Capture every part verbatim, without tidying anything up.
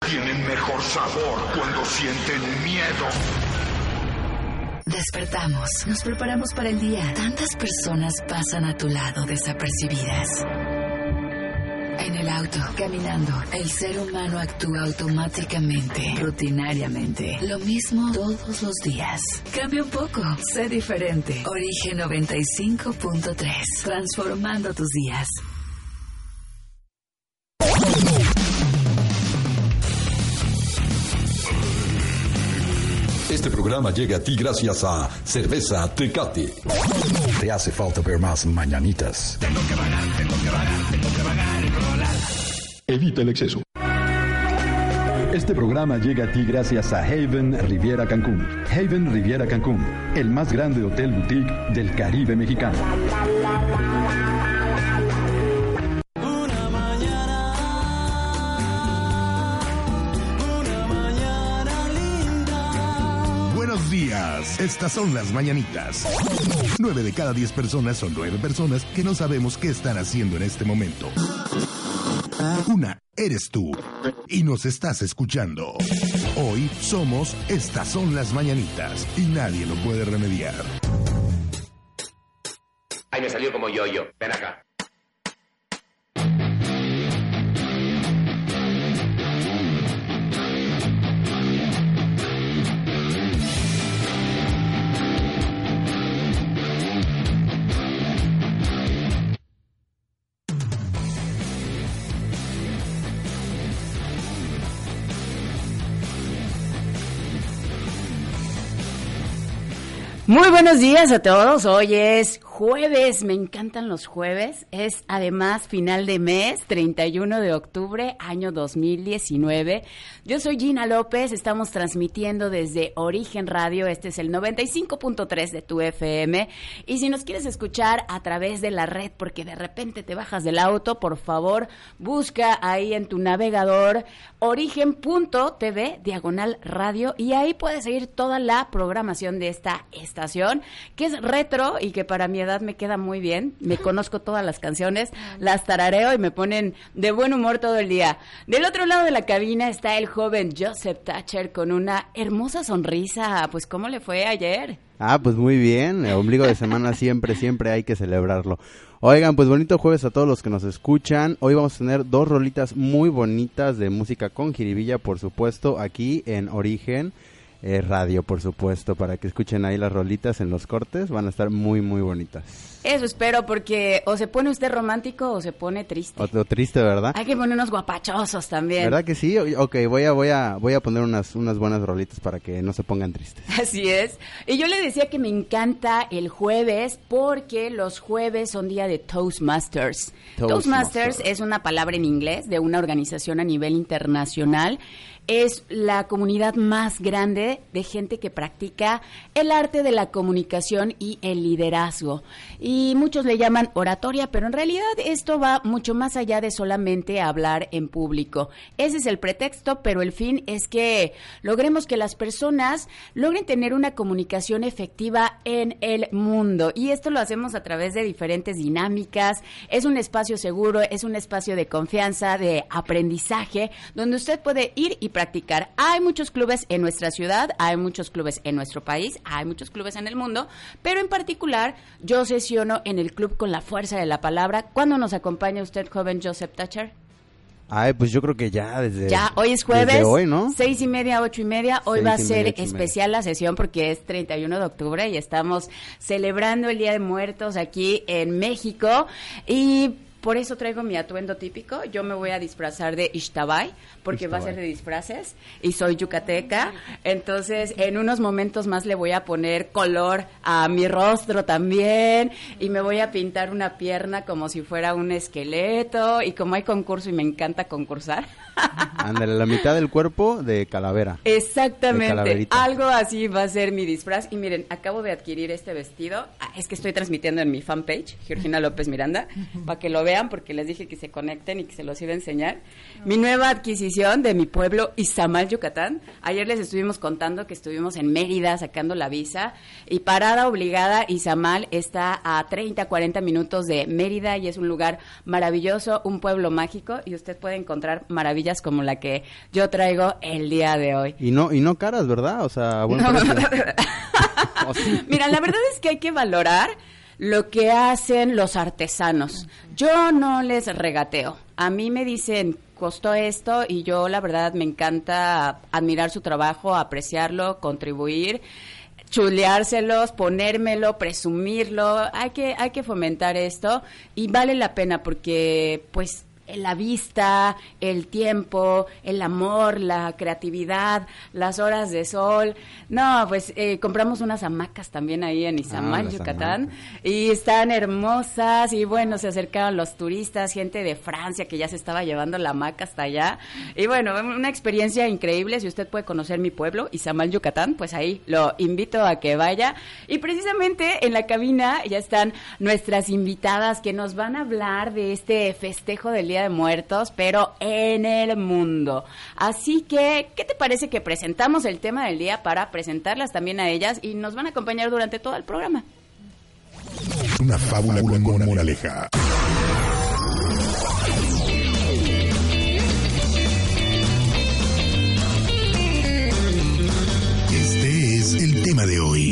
tienen mejor sabor cuando sienten miedo. Despertamos, nos preparamos para el día. Tantas personas pasan a tu lado desapercibidas. En el auto, caminando, el ser humano actúa automáticamente, rutinariamente. Lo mismo todos los días. Cambia un poco, sé diferente. Origen noventa y cinco punto tres, transformando tus días. Este programa llega a ti gracias a Cerveza Tecate. Te hace falta ver más mañanitas. Tengo que vagar, tengo que vagar, tengo que vagar y rolar. Evita el exceso. Este programa llega a ti gracias a Haven Riviera Cancún. Haven Riviera Cancún, el más grande hotel boutique del Caribe mexicano. Buenos días, estas son las mañanitas. Nueve de cada diez personas son nueve personas que no sabemos qué están haciendo en este momento. Una eres tú y nos estás escuchando. Hoy somos Estas son las mañanitas y nadie lo puede remediar. Ay, me salió como yo-yo. Ven acá. Muy buenos días a todos, hoy es jueves, me encantan los jueves, es además final de mes, treinta y uno de octubre, año dos mil diecinueve. Yo soy Gina López, estamos transmitiendo desde Origen Radio, este es el noventa y cinco punto tres de tu F M, y si nos quieres escuchar a través de la red, porque de repente te bajas del auto, por favor, busca ahí en tu navegador origen punto t v, diagonal radio, y ahí puedes seguir toda la programación de esta estación. Estación, que es retro y que para mi edad me queda muy bien. Me conozco todas las canciones, las tarareo y me ponen de buen humor todo el día. Del otro lado de la cabina está el joven Joseph Thatcher con una hermosa sonrisa. Pues, ¿cómo le fue ayer? Ah, pues muy bien. El ombligo de semana siempre, siempre hay que celebrarlo. Oigan, pues bonito jueves a todos los que nos escuchan. Hoy vamos a tener dos rolitas muy bonitas de música con jiribilla, por supuesto, aquí en Origen. Eh, radio, por supuesto, para que escuchen ahí las rolitas en los cortes, van a estar muy, muy bonitas. Eso espero, porque o se pone usted romántico o se pone triste. O, o triste, ¿verdad? Hay que poner unos guapachosos también. ¿Verdad que sí? Ok, voy a, voy a, voy a poner unas, unas buenas rolitas para que no se pongan tristes. Así es. Y yo le decía que me encanta el jueves porque los jueves son día de Toastmasters. Toastmasters, Toastmasters es una palabra en inglés de una organización a nivel internacional. Es la comunidad más grande de gente que practica el arte de la comunicación y el liderazgo. Y muchos le llaman oratoria, pero en realidad esto va mucho más allá de solamente hablar en público. Ese es el pretexto, pero el fin es que logremos que las personas logren tener una comunicación efectiva en el mundo. Y esto lo hacemos a través de diferentes dinámicas. Es un espacio seguro, es un espacio de confianza, de aprendizaje, donde usted puede ir y practicar. Hay muchos clubes en nuestra ciudad, hay muchos clubes en nuestro país, hay muchos clubes en el mundo, pero en particular yo sesiono en el club con la fuerza de la palabra. ¿Cuándo nos acompaña usted, joven Joseph Thatcher? Ay, pues yo creo que ya desde... Ya, hoy es jueves, desde hoy, ¿no? Seis y media, ocho y media. Hoy Seis va a y ser media, especial la sesión porque es treinta y uno de octubre y estamos celebrando el Día de Muertos aquí en México. Y por eso traigo mi atuendo típico. Yo me voy a disfrazar de Ixtabay, porque Ixtabay. Va a ser de disfraces, y soy yucateca. Entonces, en unos momentos más le voy a poner color a mi rostro también, y me voy a pintar una pierna como si fuera un esqueleto, y como hay concurso y me encanta concursar. Ándale, la mitad del cuerpo de calavera. Exactamente, de algo así va a ser mi disfraz. Y miren, acabo de adquirir este vestido. Ah, es que estoy transmitiendo en mi fanpage, Georgina López Miranda, para que lo vean. vean porque les dije que se conecten y que se los iba a enseñar. Mi nueva adquisición de mi pueblo, Izamal, Yucatán. Ayer les estuvimos contando que estuvimos en Mérida sacando la visa y parada obligada, Izamal está a treinta, cuarenta minutos de Mérida y es un lugar maravilloso, un pueblo mágico y usted puede encontrar maravillas como la que yo traigo el día de hoy. Y no y no caras, ¿verdad? O sea, a buen no. precio. Mira, la verdad es que hay que valorar lo que hacen los artesanos. Yo no les regateo. A mí me dicen, costó esto, y yo la verdad me encanta admirar su trabajo, apreciarlo, contribuir, chuleárselos, ponérmelo, presumirlo. Hay que, hay que fomentar esto y vale la pena porque, pues, la vista, el tiempo, el amor, la creatividad, las horas de sol. No, pues eh, compramos unas hamacas también ahí en Izamal, ah, Yucatán, hamacas. Y están hermosas y bueno, se acercaron los turistas, gente de Francia que ya se estaba llevando la hamaca hasta allá. Y bueno, una experiencia increíble. Si usted puede conocer mi pueblo, Izamal, Yucatán, pues ahí lo invito a que vaya. Y precisamente en la cabina ya están nuestras invitadas que nos van a hablar de este festejo del Día de Muertos, pero en el mundo. Así que, ¿qué te parece que presentamos el tema del día para presentarlas también a ellas y nos van a acompañar durante todo el programa? Una fábula con moraleja. Este es el tema de hoy.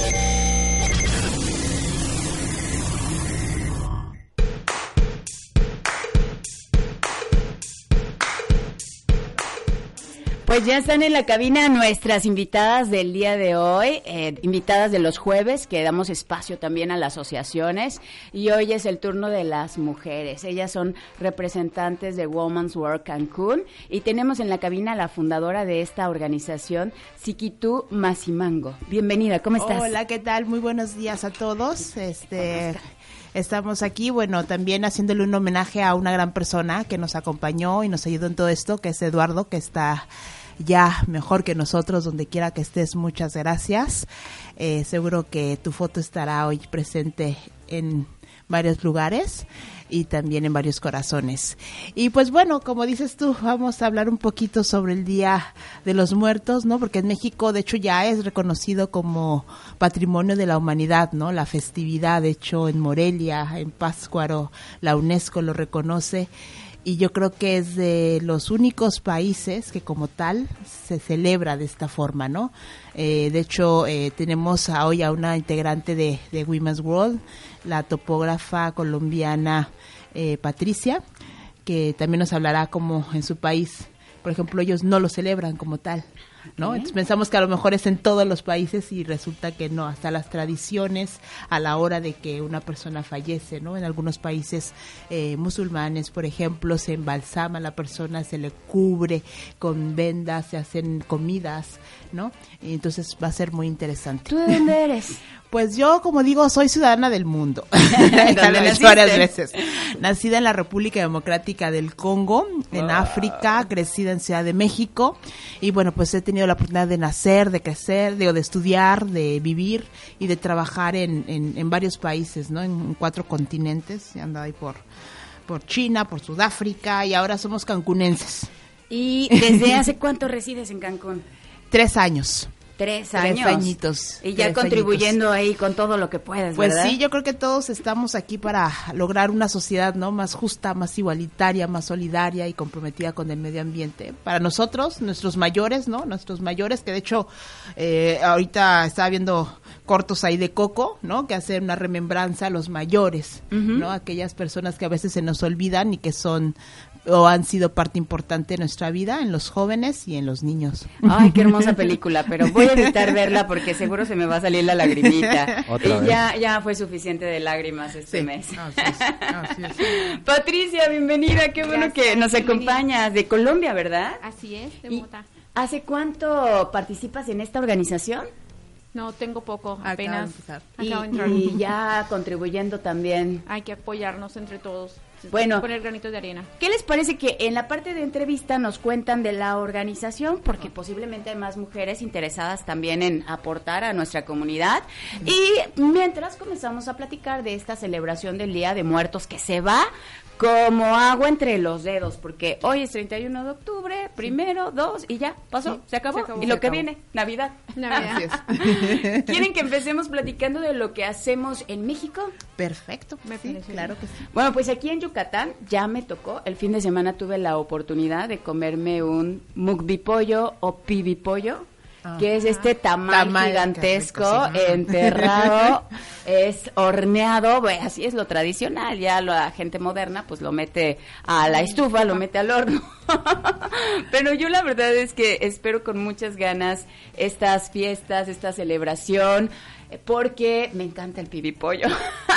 Pues ya están en la cabina nuestras invitadas del día de hoy, eh, invitadas de los jueves, que damos espacio también a las asociaciones, y hoy es el turno de las mujeres. Ellas son representantes de Women's Work Cancún, y tenemos en la cabina a la fundadora de esta organización, Siquitú Masimango. Bienvenida, ¿cómo estás? Hola, ¿qué tal? Muy buenos días a todos. Este... Estamos aquí, bueno, también haciéndole un homenaje a una gran persona que nos acompañó y nos ayudó en todo esto, que es Eduardo, que está ya mejor que nosotros, donde quiera que estés. Muchas gracias. Eh, seguro que tu foto estará hoy presente en varios lugares y también en varios corazones. Y pues bueno, como dices tú, vamos a hablar un poquito sobre el Día de los Muertos, ¿no? Porque en México, de hecho, ya es reconocido como Patrimonio de la Humanidad, ¿no? La festividad, de hecho, en Morelia, en Pátzcuaro, la UNESCO lo reconoce. Y yo creo que es de los únicos países que como tal se celebra de esta forma, ¿no? Eh, de hecho, eh, tenemos a hoy a una integrante de, de Women's World, la topógrafa colombiana eh, Patricia, que también nos hablará como en su país, por ejemplo, ellos no lo celebran como tal, ¿no? Entonces pensamos que a lo mejor es en todos los países y resulta que no, hasta las tradiciones a la hora de que una persona fallece, ¿no? En algunos países eh, musulmanes, por ejemplo, se embalsama a la persona, se le cubre con vendas, se hacen comidas, ¿no? Y entonces va a ser muy interesante. ¿Tú de dónde eres? Pues yo, como digo, soy ciudadana del mundo. ¿Dónde varias veces. Nacida en la República Democrática del Congo, en ah. África, crecida en Ciudad de México. Y bueno, pues he tenido la oportunidad de nacer, de crecer, de, de estudiar, de vivir y de trabajar en, en, en varios países, ¿no? En, en cuatro continentes. He andado ahí por, por China, por Sudáfrica y ahora somos cancunenses. ¿Y desde hace cuánto resides en Cancún? Tres años. Tres años. Tres añitos. Y ya contribuyendo añitos. Ahí con todo lo que puedes, pues ¿verdad? Sí, yo creo que todos estamos aquí para lograr una sociedad, ¿no? Más justa, más igualitaria, más solidaria y comprometida con el medio ambiente. Para nosotros, nuestros mayores, ¿no? Nuestros mayores, que de hecho, eh, ahorita estaba viendo cortos ahí de Coco, ¿no? Que hacen una remembranza a los mayores, uh-huh. ¿no? Aquellas personas que a veces se nos olvidan y que son o han sido parte importante de nuestra vida, en los jóvenes y en los niños. Ay, qué hermosa película, pero voy a evitar verla porque seguro se me va a salir la lagrimita. Otra y vez. ya ya fue suficiente de lágrimas este sí. mes. Así es, así es. Patricia, bienvenida, qué bueno Gracias, que nos bienvenida. acompañas de Colombia, ¿verdad? Así es, de ¿Y Bogotá. ¿Hace cuánto participas en esta organización? No, tengo poco, Acabo apenas de empezar. Y, acabo de entrar. y ya contribuyendo también. Hay que apoyarnos entre todos. Bueno, poner granitos de arena. ¿Qué les parece que en la parte de entrevista nos cuentan de la organización? Porque posiblemente hay más mujeres interesadas también en aportar a nuestra comunidad. Y mientras comenzamos a platicar de esta celebración del Día de Muertos que se va como agua entre los dedos, porque hoy es treinta y uno de octubre, primero, dos, y ya, pasó, sí, se, acabó. se acabó. Y lo que viene, Navidad. Navidad. ¿Quieren que empecemos platicando de lo que hacemos en México? Perfecto, me sí, parece claro que sí. Bueno, pues aquí en Yucatán ya me tocó, el fin de semana tuve la oportunidad de comerme un mukbipollo o pibipollo, ah, que es este tamal, tamal gigantesco, rico, sí. enterrado, es horneado, bueno, así es lo tradicional, ya la gente moderna pues lo mete a la estufa, lo mete al horno, pero yo la verdad es que espero con muchas ganas estas fiestas, esta celebración, porque me encanta el pibipollo.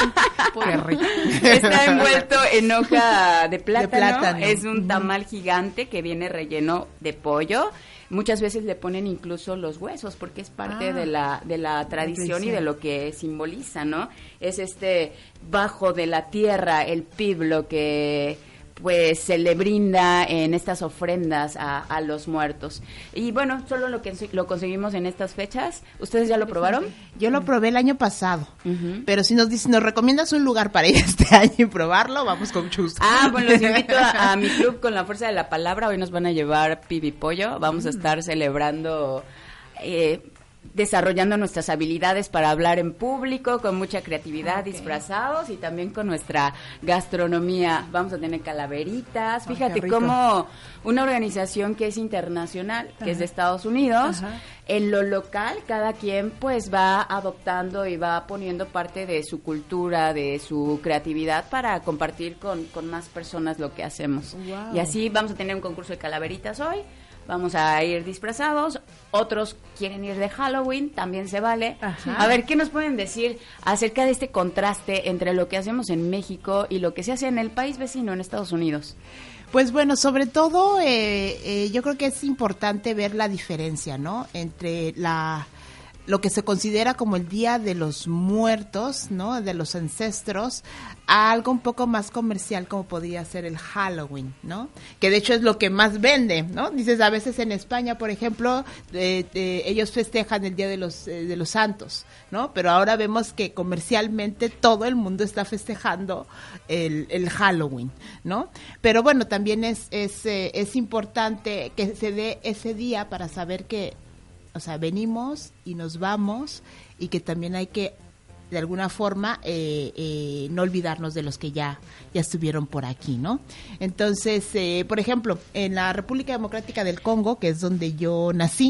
Qué rico. Está envuelto en hoja de plátano, de plátano. Es un tamal gigante que viene relleno de pollo. Muchas veces le ponen incluso los huesos porque es parte ah, de la de la tradición y de lo que simboliza, ¿no? Es este bajo de la tierra, el pib, lo que pues se le brinda en estas ofrendas a, a los muertos. Y bueno, solo lo que lo conseguimos en estas fechas. ¿Ustedes ya lo probaron? Yo lo probé el año pasado, uh-huh. pero si nos dices, nos recomiendas un lugar para ir este año y probarlo, vamos con mucho gusto. Ah, bueno, los invito a, a mi club con la fuerza de la palabra. Hoy nos van a llevar pibipollo. Vamos uh-huh. a estar celebrando... Eh, desarrollando nuestras habilidades para hablar en público, con mucha creatividad, okay. disfrazados y también con nuestra gastronomía. Vamos a tener calaveritas. Oh, fíjate cómo una organización que es internacional, que Ajá. es de Estados Unidos, Ajá. en lo local cada quien pues va adoptando y va poniendo parte de su cultura, de su creatividad para compartir con, con más personas lo que hacemos. Wow. Y así vamos a tener un concurso de calaveritas hoy. Vamos a ir disfrazados, otros quieren ir de Halloween, también se vale. Ajá. A ver, ¿qué nos pueden decir acerca de este contraste entre lo que hacemos en México y lo que se hace en el país vecino, en Estados Unidos? Pues bueno, sobre todo eh, eh, yo creo que es importante ver la diferencia, ¿no? Entre la... lo que se considera como el Día de los Muertos, ¿no? De los ancestros, a algo un poco más comercial como podría ser el Halloween, ¿no? Que de hecho es lo que más vende, ¿no? Dices, a veces en España, por ejemplo, eh, eh, ellos festejan el Día de los eh, de los Santos, ¿no? Pero ahora vemos que comercialmente todo el mundo está festejando el, el Halloween, ¿no? Pero bueno, también es es eh, es importante que se dé ese día para saber que, o sea, venimos y nos vamos y que también hay que, de alguna forma, eh, eh, no olvidarnos de los que ya, ya estuvieron por aquí, ¿no? Entonces, eh, por ejemplo, en la República Democrática del Congo, que es donde yo nací,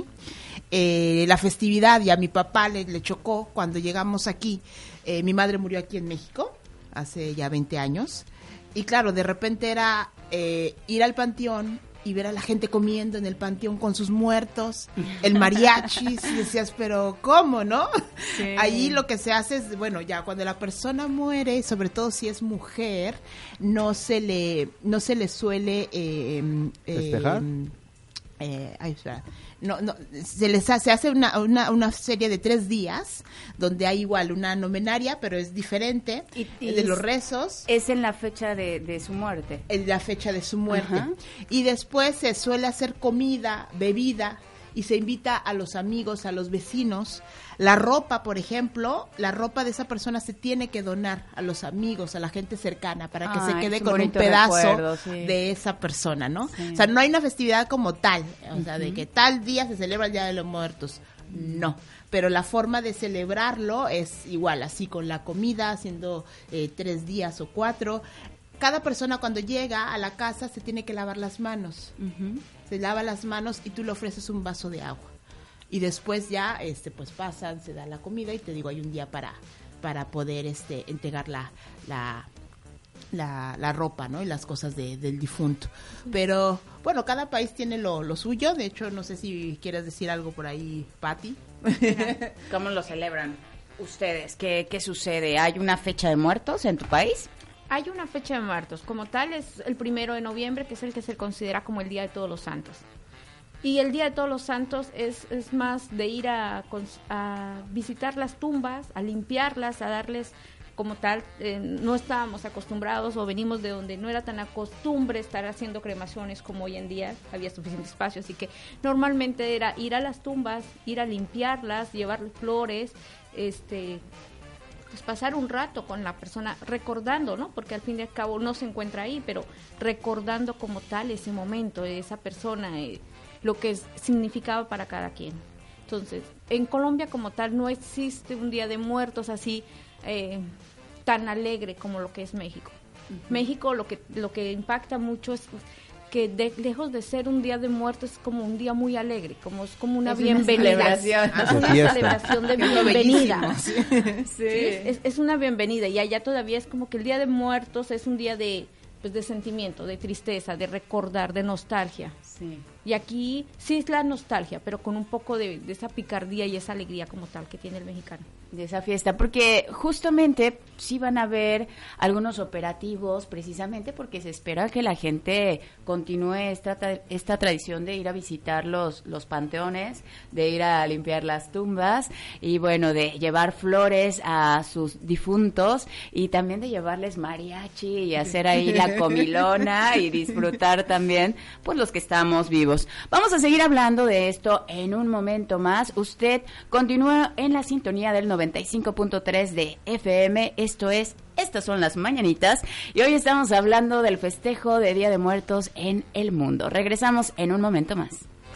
eh, la festividad, y a mi papá le, le chocó cuando llegamos aquí. Eh, mi madre murió aquí en México, hace ya veinte años, y claro, de repente era eh, ir al panteón y ver a la gente comiendo en el panteón con sus muertos, el mariachi, y decías, pero ¿cómo, no? Sí. Ahí lo que se hace es, bueno, ya cuando la persona muere, sobre todo si es mujer, no se le, no se le suele eh, ¿festejar? Eh, eh, ay, espera. No, no, se les hace, se hace una, una, una serie de tres días donde hay igual una novenaria, pero es diferente, y, y de los rezos. Es en la fecha de, de su muerte. En la fecha de su muerte. Ajá. Y después se suele hacer comida, bebida, y se invita a los amigos, a los vecinos. La ropa, por ejemplo, la ropa de esa persona se tiene que donar a los amigos, a la gente cercana, para que Ay, se quede con un pedazo recuerdo, sí. de esa persona, ¿no? Sí. O sea, no hay una festividad como tal, o sea, uh-huh. de que tal día se celebra el Día de los Muertos. No, pero la forma de celebrarlo es igual, así con la comida, haciendo eh, tres días o cuatro. Cada persona cuando llega a la casa se tiene que lavar las manos. Uh-huh. Se lava las manos y tú le ofreces un vaso de agua. Y después ya, este, pues pasan, se da la comida y te digo, hay un día para, para poder, este, entregar la, la, la, la ropa, ¿no? Y las cosas de, del difunto. Pero, bueno, cada país tiene lo, lo suyo. De hecho, no sé si quieres decir algo por ahí, Pati. ¿Cómo lo celebran ustedes? ¿Qué, qué sucede? ¿Hay una fecha de muertos en tu país? Hay una fecha de muertos, como tal es el primero de noviembre, que es el que se considera como el Día de Todos los Santos. Y el Día de Todos los Santos es, es más de ir a, a visitar las tumbas, a limpiarlas, a darles como tal, eh, no estábamos acostumbrados o venimos de donde no era tan acostumbre estar haciendo cremaciones como hoy en día, había suficiente espacio, así que normalmente era ir a las tumbas, ir a limpiarlas, llevar flores, este... pues pasar un rato con la persona recordando, ¿no? Porque al fin y al cabo no se encuentra ahí, pero recordando como tal ese momento, esa persona, eh, lo que es, significaba para cada quien. Entonces, en Colombia como tal no existe un Día de Muertos así eh, tan alegre como lo que es México. Uh-huh. México lo que lo que impacta mucho es que de, lejos de ser un Día de Muertos es como un día muy alegre, como es como una es bienvenida, una celebración, es una fiesta. Celebración de bienvenida. Sí. Sí. Es, es una bienvenida y allá todavía es como que el Día de Muertos es un día de pues de sentimiento, de tristeza, de recordar, de nostalgia. Sí. Y aquí sí es la nostalgia, pero con un poco de, de esa picardía y esa alegría como tal que tiene el mexicano. De esa fiesta, porque justamente sí van a haber algunos operativos precisamente porque se espera que la gente continúe esta, esta tradición de ir a visitar los, los panteones, de ir a limpiar las tumbas y bueno, de llevar flores a sus difuntos y también de llevarles mariachi y hacer ahí la comilona y disfrutar también pues los que estamos vivos. Vamos a seguir hablando de esto en un momento más. Usted continúa en la sintonía del noventa y cinco punto tres de F M. Esto es, estas son las mañanitas y hoy estamos hablando del festejo de Día de Muertos en el mundo. Regresamos en un momento más.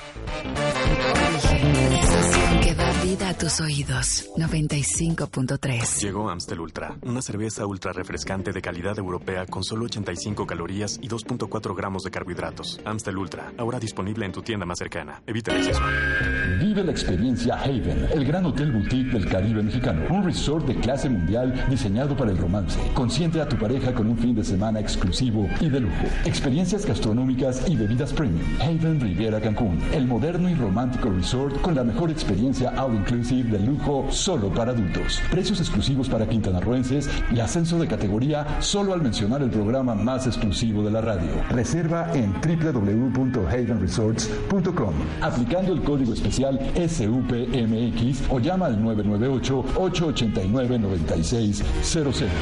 Que da vida a tus oídos. noventa y cinco punto tres. Llegó Amstel Ultra, una cerveza ultra refrescante de calidad europea con solo ochenta y cinco calorías y dos punto cuatro gramos de carbohidratos. Amstel Ultra, ahora disponible en tu tienda más cercana. Evita el exceso. Vive la experiencia Haven, el gran hotel boutique del Caribe mexicano. Un resort de clase mundial diseñado para el romance. Consiente a tu pareja con un fin de semana exclusivo y de lujo. Experiencias gastronómicas y bebidas premium. Haven Riviera Cancún, el moderno y romántico resort con la mejor experiencia all inclusive de lujo solo para adultos. Precios exclusivos para quintanarroenses y ascenso de categoría solo al mencionar el programa más exclusivo de la radio. Reserva en doble u doble u doble u punto haven resorts punto com aplicando el código especial S U P M X o llama al nueve nueve ocho, ocho ocho nueve, nueve seis cero cero.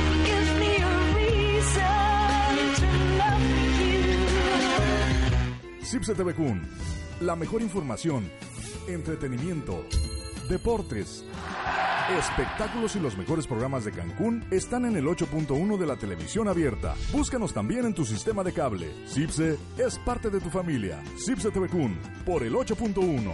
Cipse T V Kun, la mejor información, entretenimiento, deportes, espectáculos y los mejores programas de Cancún están en el ocho punto uno de la televisión abierta. Búscanos también en tu sistema de cable. Cipse es parte de tu familia. Cipse T V Kun por el ocho punto uno.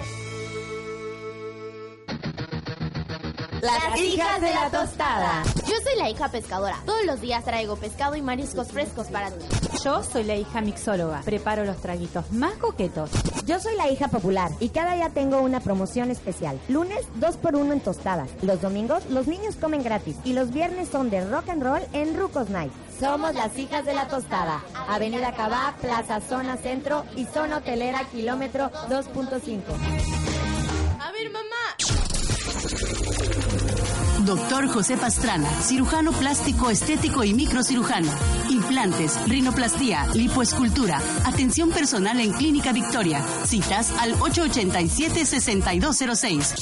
Las hijas de la tostada. Yo soy la hija pescadora. Todos los días traigo pescado y mariscos frescos para ti. Yo soy la hija mixóloga. Preparo los traguitos más coquetos. Yo soy la hija popular y cada día tengo una promoción especial. Lunes, dos por uno en tostadas. Los domingos, los niños comen gratis. Y los viernes son de rock and roll en Rucos Night. Somos las hijas de la tostada. Avenida Cabá, Plaza Zona Centro y Zona Hotelera, kilómetro dos punto cinco. A ver, mamá. Doctor José Pastrana, cirujano plástico estético y microcirujano. Implantes, rinoplastía, lipoescultura. Atención personal en Clínica Victoria. Citas al ocho ocho siete, seis dos cero seis.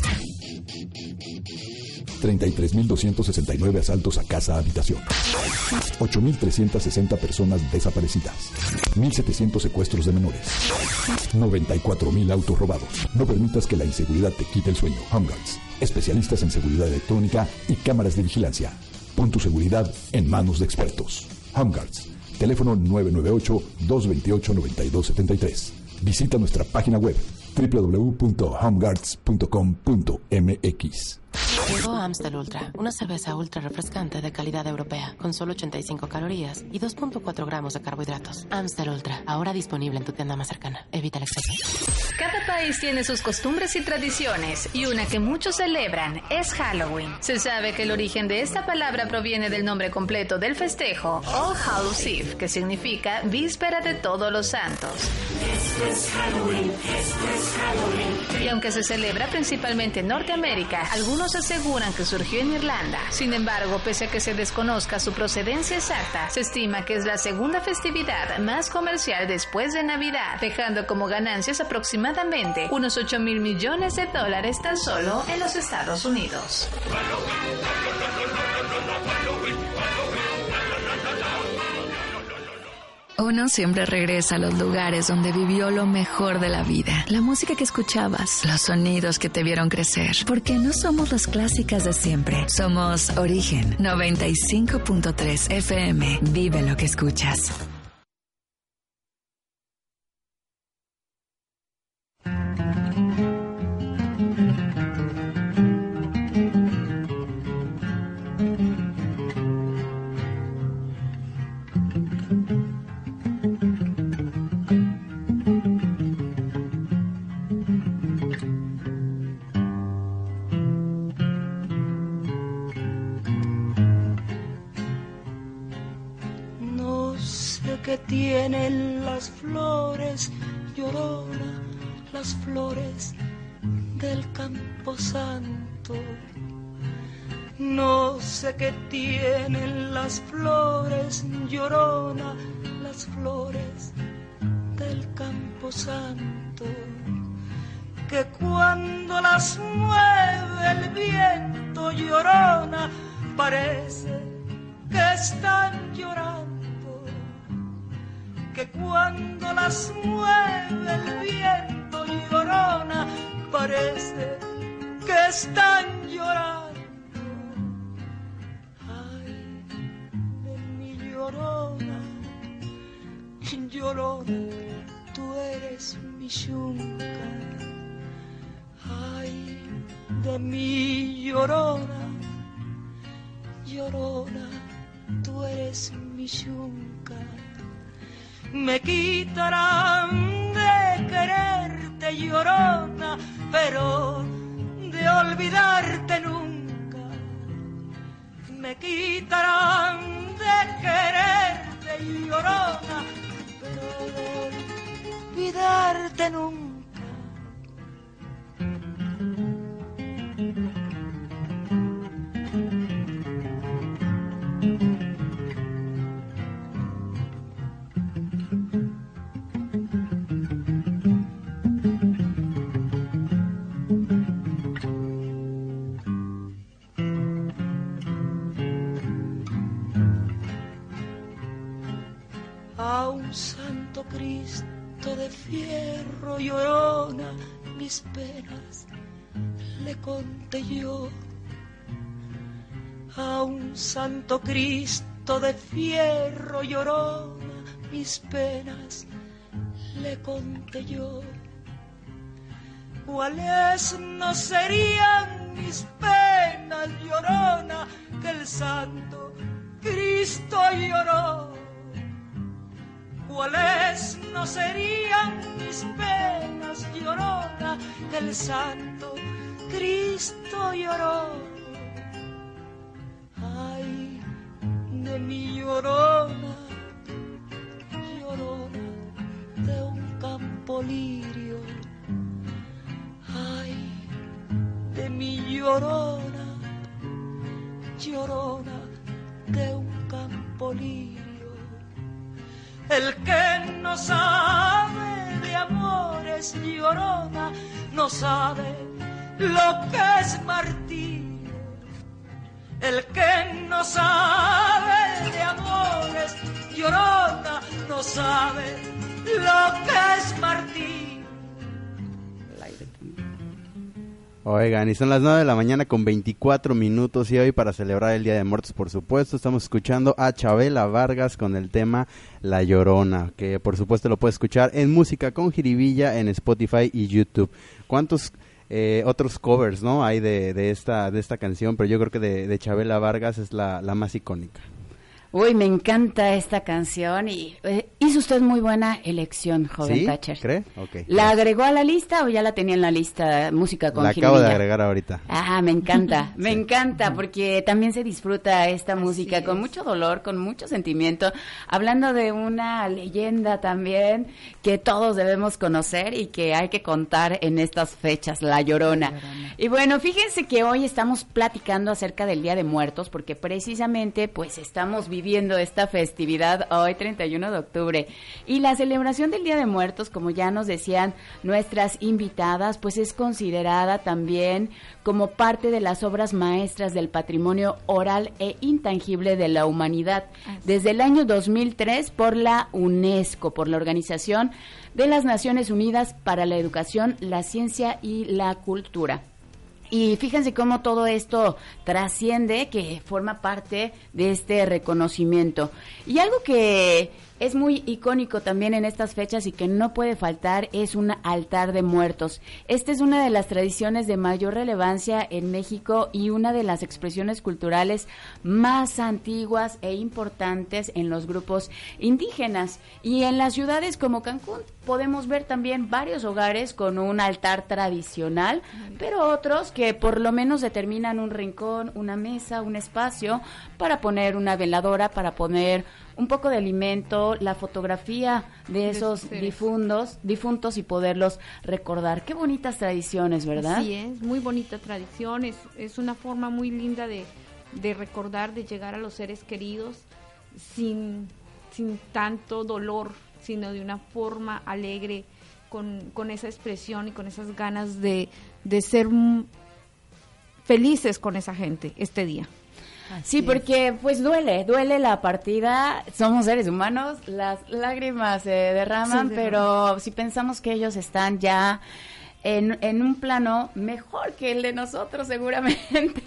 treinta y tres mil doscientos sesenta y nueve asaltos a casa-habitación. ocho mil trescientas sesenta personas desaparecidas. mil setecientos secuestros de menores. noventa y cuatro mil autos robados. No permitas que la inseguridad te quite el sueño. Home Guards, especialistas en seguridad electrónica y cámaras de vigilancia. Pon tu seguridad en manos de expertos. Home Guards, teléfono nueve nueve ocho, dos dos ocho, nueve dos siete tres. Visita nuestra página web doble u doble u doble u punto home guards punto com punto m x. Llegó Amstel Ultra, una cerveza ultra refrescante de calidad europea, con solo ochenta y cinco calorías y dos punto cuatro gramos de carbohidratos. Amstel Ultra, ahora disponible en tu tienda más cercana. Evita el exceso. Cada país tiene sus costumbres y tradiciones, y una que muchos celebran es Halloween. Se sabe que el origen de esta palabra proviene del nombre completo del festejo, All Hallows Eve, que significa Víspera de Todos los Santos. Esto es Halloween, esto es Halloween. Y aunque se celebra principalmente en Norteamérica, algunos aseguran que surgió en Irlanda. Sin embargo, pese a que se desconozca su procedencia exacta, se estima que es la segunda festividad más comercial después de Navidad, dejando como ganancias aproximadamente unos ocho mil millones de dólares tan solo en los Estados Unidos. Uno siempre regresa a los lugares donde vivió lo mejor de la vida. La música que escuchabas, los sonidos que te vieron crecer. Porque no somos las clásicas de siempre. Somos Origen noventa y cinco punto tres F M. Vive lo que escuchas. Que tienen las flores, llorona, las flores del Camposanto. No sé qué tienen las flores, llorona, las flores del Camposanto, que cuando las mueve el viento, llorona, parece que están llorando. Que cuando las mueve el viento, llorona, parece que están llorando. Ay, de mi llorona, llorona, tú eres mi yunca. Ay, de mi llorona, llorona, tú eres mi yunca. Me quitarán de quererte, llorona, pero de olvidarte nunca. Me quitarán de quererte, llorona, pero de olvidarte nunca. A un santo Cristo de fierro, llorona, mis penas le conté yo. A un santo Cristo de fierro, llorona, mis penas le conté yo. ¿Cuáles no serían mis penas, llorona, que el santo Cristo lloró? ¿Cuáles no serían mis penas, llorona, que el santo Cristo lloró? Ay, de mi llorona, llorona de un campo lirio. Ay, de mi llorona, llorona de un campo lirio. El que no sabe de amores, llorona, no sabe lo que es martirio. El que no sabe de amores, llorona, no sabe lo que es martirio. Oigan, y son las nueve de la mañana con veinticuatro minutos y hoy para celebrar el Día de Muertos, por supuesto, estamos escuchando a Chabela Vargas con el tema La Llorona, que por supuesto lo puedes escuchar en Música con Jiribilla en Spotify y YouTube. ¿Cuántos eh, otros covers no hay de, de esta de esta canción? Pero yo creo que de, de Chabela Vargas es la, la más icónica. Uy, me encanta esta canción y eh, hizo usted muy buena elección, joven ¿Sí? Thatcher. ¿Cree? Okay. ¿La agregó a la lista o ya la tenía en la lista Música con La Jiribilla? acabo de agregar ahorita. Ah, me encanta, me sí. encanta porque también se disfruta esta Así música es. con mucho dolor, con mucho sentimiento, hablando de una leyenda también que todos debemos conocer y que hay que contar en estas fechas, La Llorona. La Llorona. Y bueno, fíjense que hoy estamos platicando acerca del Día de Muertos porque precisamente pues estamos viviendo viviendo esta festividad hoy, treinta y uno de octubre. Y la celebración del Día de Muertos, como ya nos decían nuestras invitadas, pues es considerada también como parte de las obras maestras del patrimonio oral e intangible de la humanidad, desde el año dos mil tres por la UNESCO, por la Organización de las Naciones Unidas para la Educación, la Ciencia y la Cultura. Y fíjense cómo todo esto trasciende, que forma parte de este reconocimiento. Y algo que es muy icónico también en estas fechas y que no puede faltar es un altar de muertos. Esta es una de las tradiciones de mayor relevancia en México y una de las expresiones culturales más antiguas e importantes en los grupos indígenas. Y en las ciudades como Cancún podemos ver también varios hogares con un altar tradicional, pero otros que por lo menos determinan un rincón, una mesa, un espacio para poner una veladora, para poner un poco de alimento, la fotografía de esos de difuntos, difuntos y poderlos recordar. Qué bonitas tradiciones, ¿verdad? Sí, es muy bonita tradición, es, es una forma muy linda de, de recordar, de llegar a los seres queridos sin, sin tanto dolor, sino de una forma alegre, con, con esa expresión y con esas ganas de, de ser felices con esa gente este día. Así sí, porque es. pues duele, duele la partida, somos seres humanos, las lágrimas se derraman, sí, pero si pensamos que ellos están ya en, en un plano mejor que el de nosotros seguramente,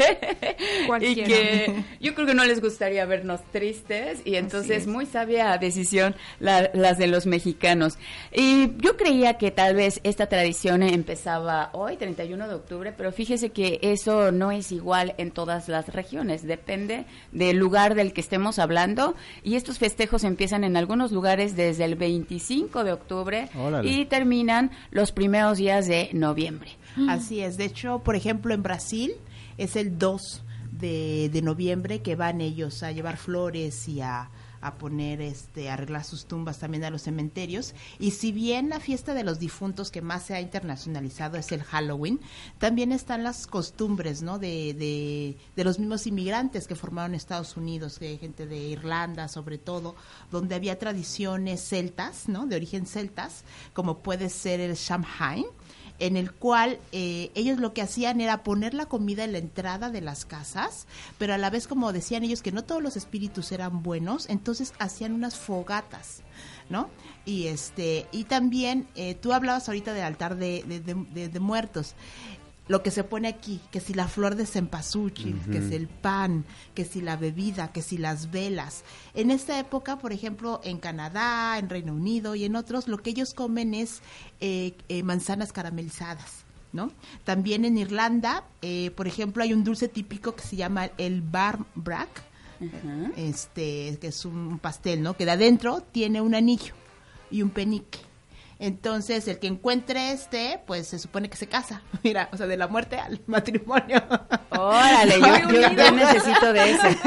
y que yo creo que no les gustaría vernos tristes, y entonces muy sabia decisión la, las de los mexicanos. Y yo creía que tal vez esta tradición empezaba hoy, treinta y uno de octubre, pero fíjese que eso no es igual en todas las regiones, depende del lugar del que estemos hablando, y estos festejos empiezan en algunos lugares desde el veinticinco de octubre. Órale. Y terminan los primeros días de noviembre. Así es, de hecho, por ejemplo, en Brasil es el dos de, de noviembre que van ellos a llevar flores y a, a poner, este, a arreglar sus tumbas también a los cementerios. Y si bien la fiesta de los difuntos que más se ha internacionalizado es el Halloween, también están las costumbres, ¿no? De, de, de los mismos inmigrantes que formaron Estados Unidos, de gente de Irlanda sobre todo, donde había tradiciones celtas, ¿no? De origen celtas, como puede ser el Samhain, en el cual eh, ellos lo que hacían era poner la comida en la entrada de las casas, pero a la vez, como decían ellos, que no todos los espíritus eran buenos, entonces hacían unas fogatas, ¿no? Y este y también, eh, tú hablabas ahorita del altar de, de, de, de, de muertos. Lo que se pone aquí, que si la flor de cempasúchil, uh-huh. que si el pan, que si la bebida, que si las velas. En esta época, por ejemplo, en Canadá, en Reino Unido y en otros, lo que ellos comen es eh, eh, manzanas caramelizadas, ¿no? También en Irlanda, eh, por ejemplo, hay un dulce típico que se llama el barmbrack, uh-huh. este, que es un pastel, ¿no? Que de adentro tiene un anillo y un penique. Entonces, el que encuentre este, pues se supone que se casa. Mira, o sea, de la muerte al matrimonio. Órale, yo, yo, yo necesito de ese.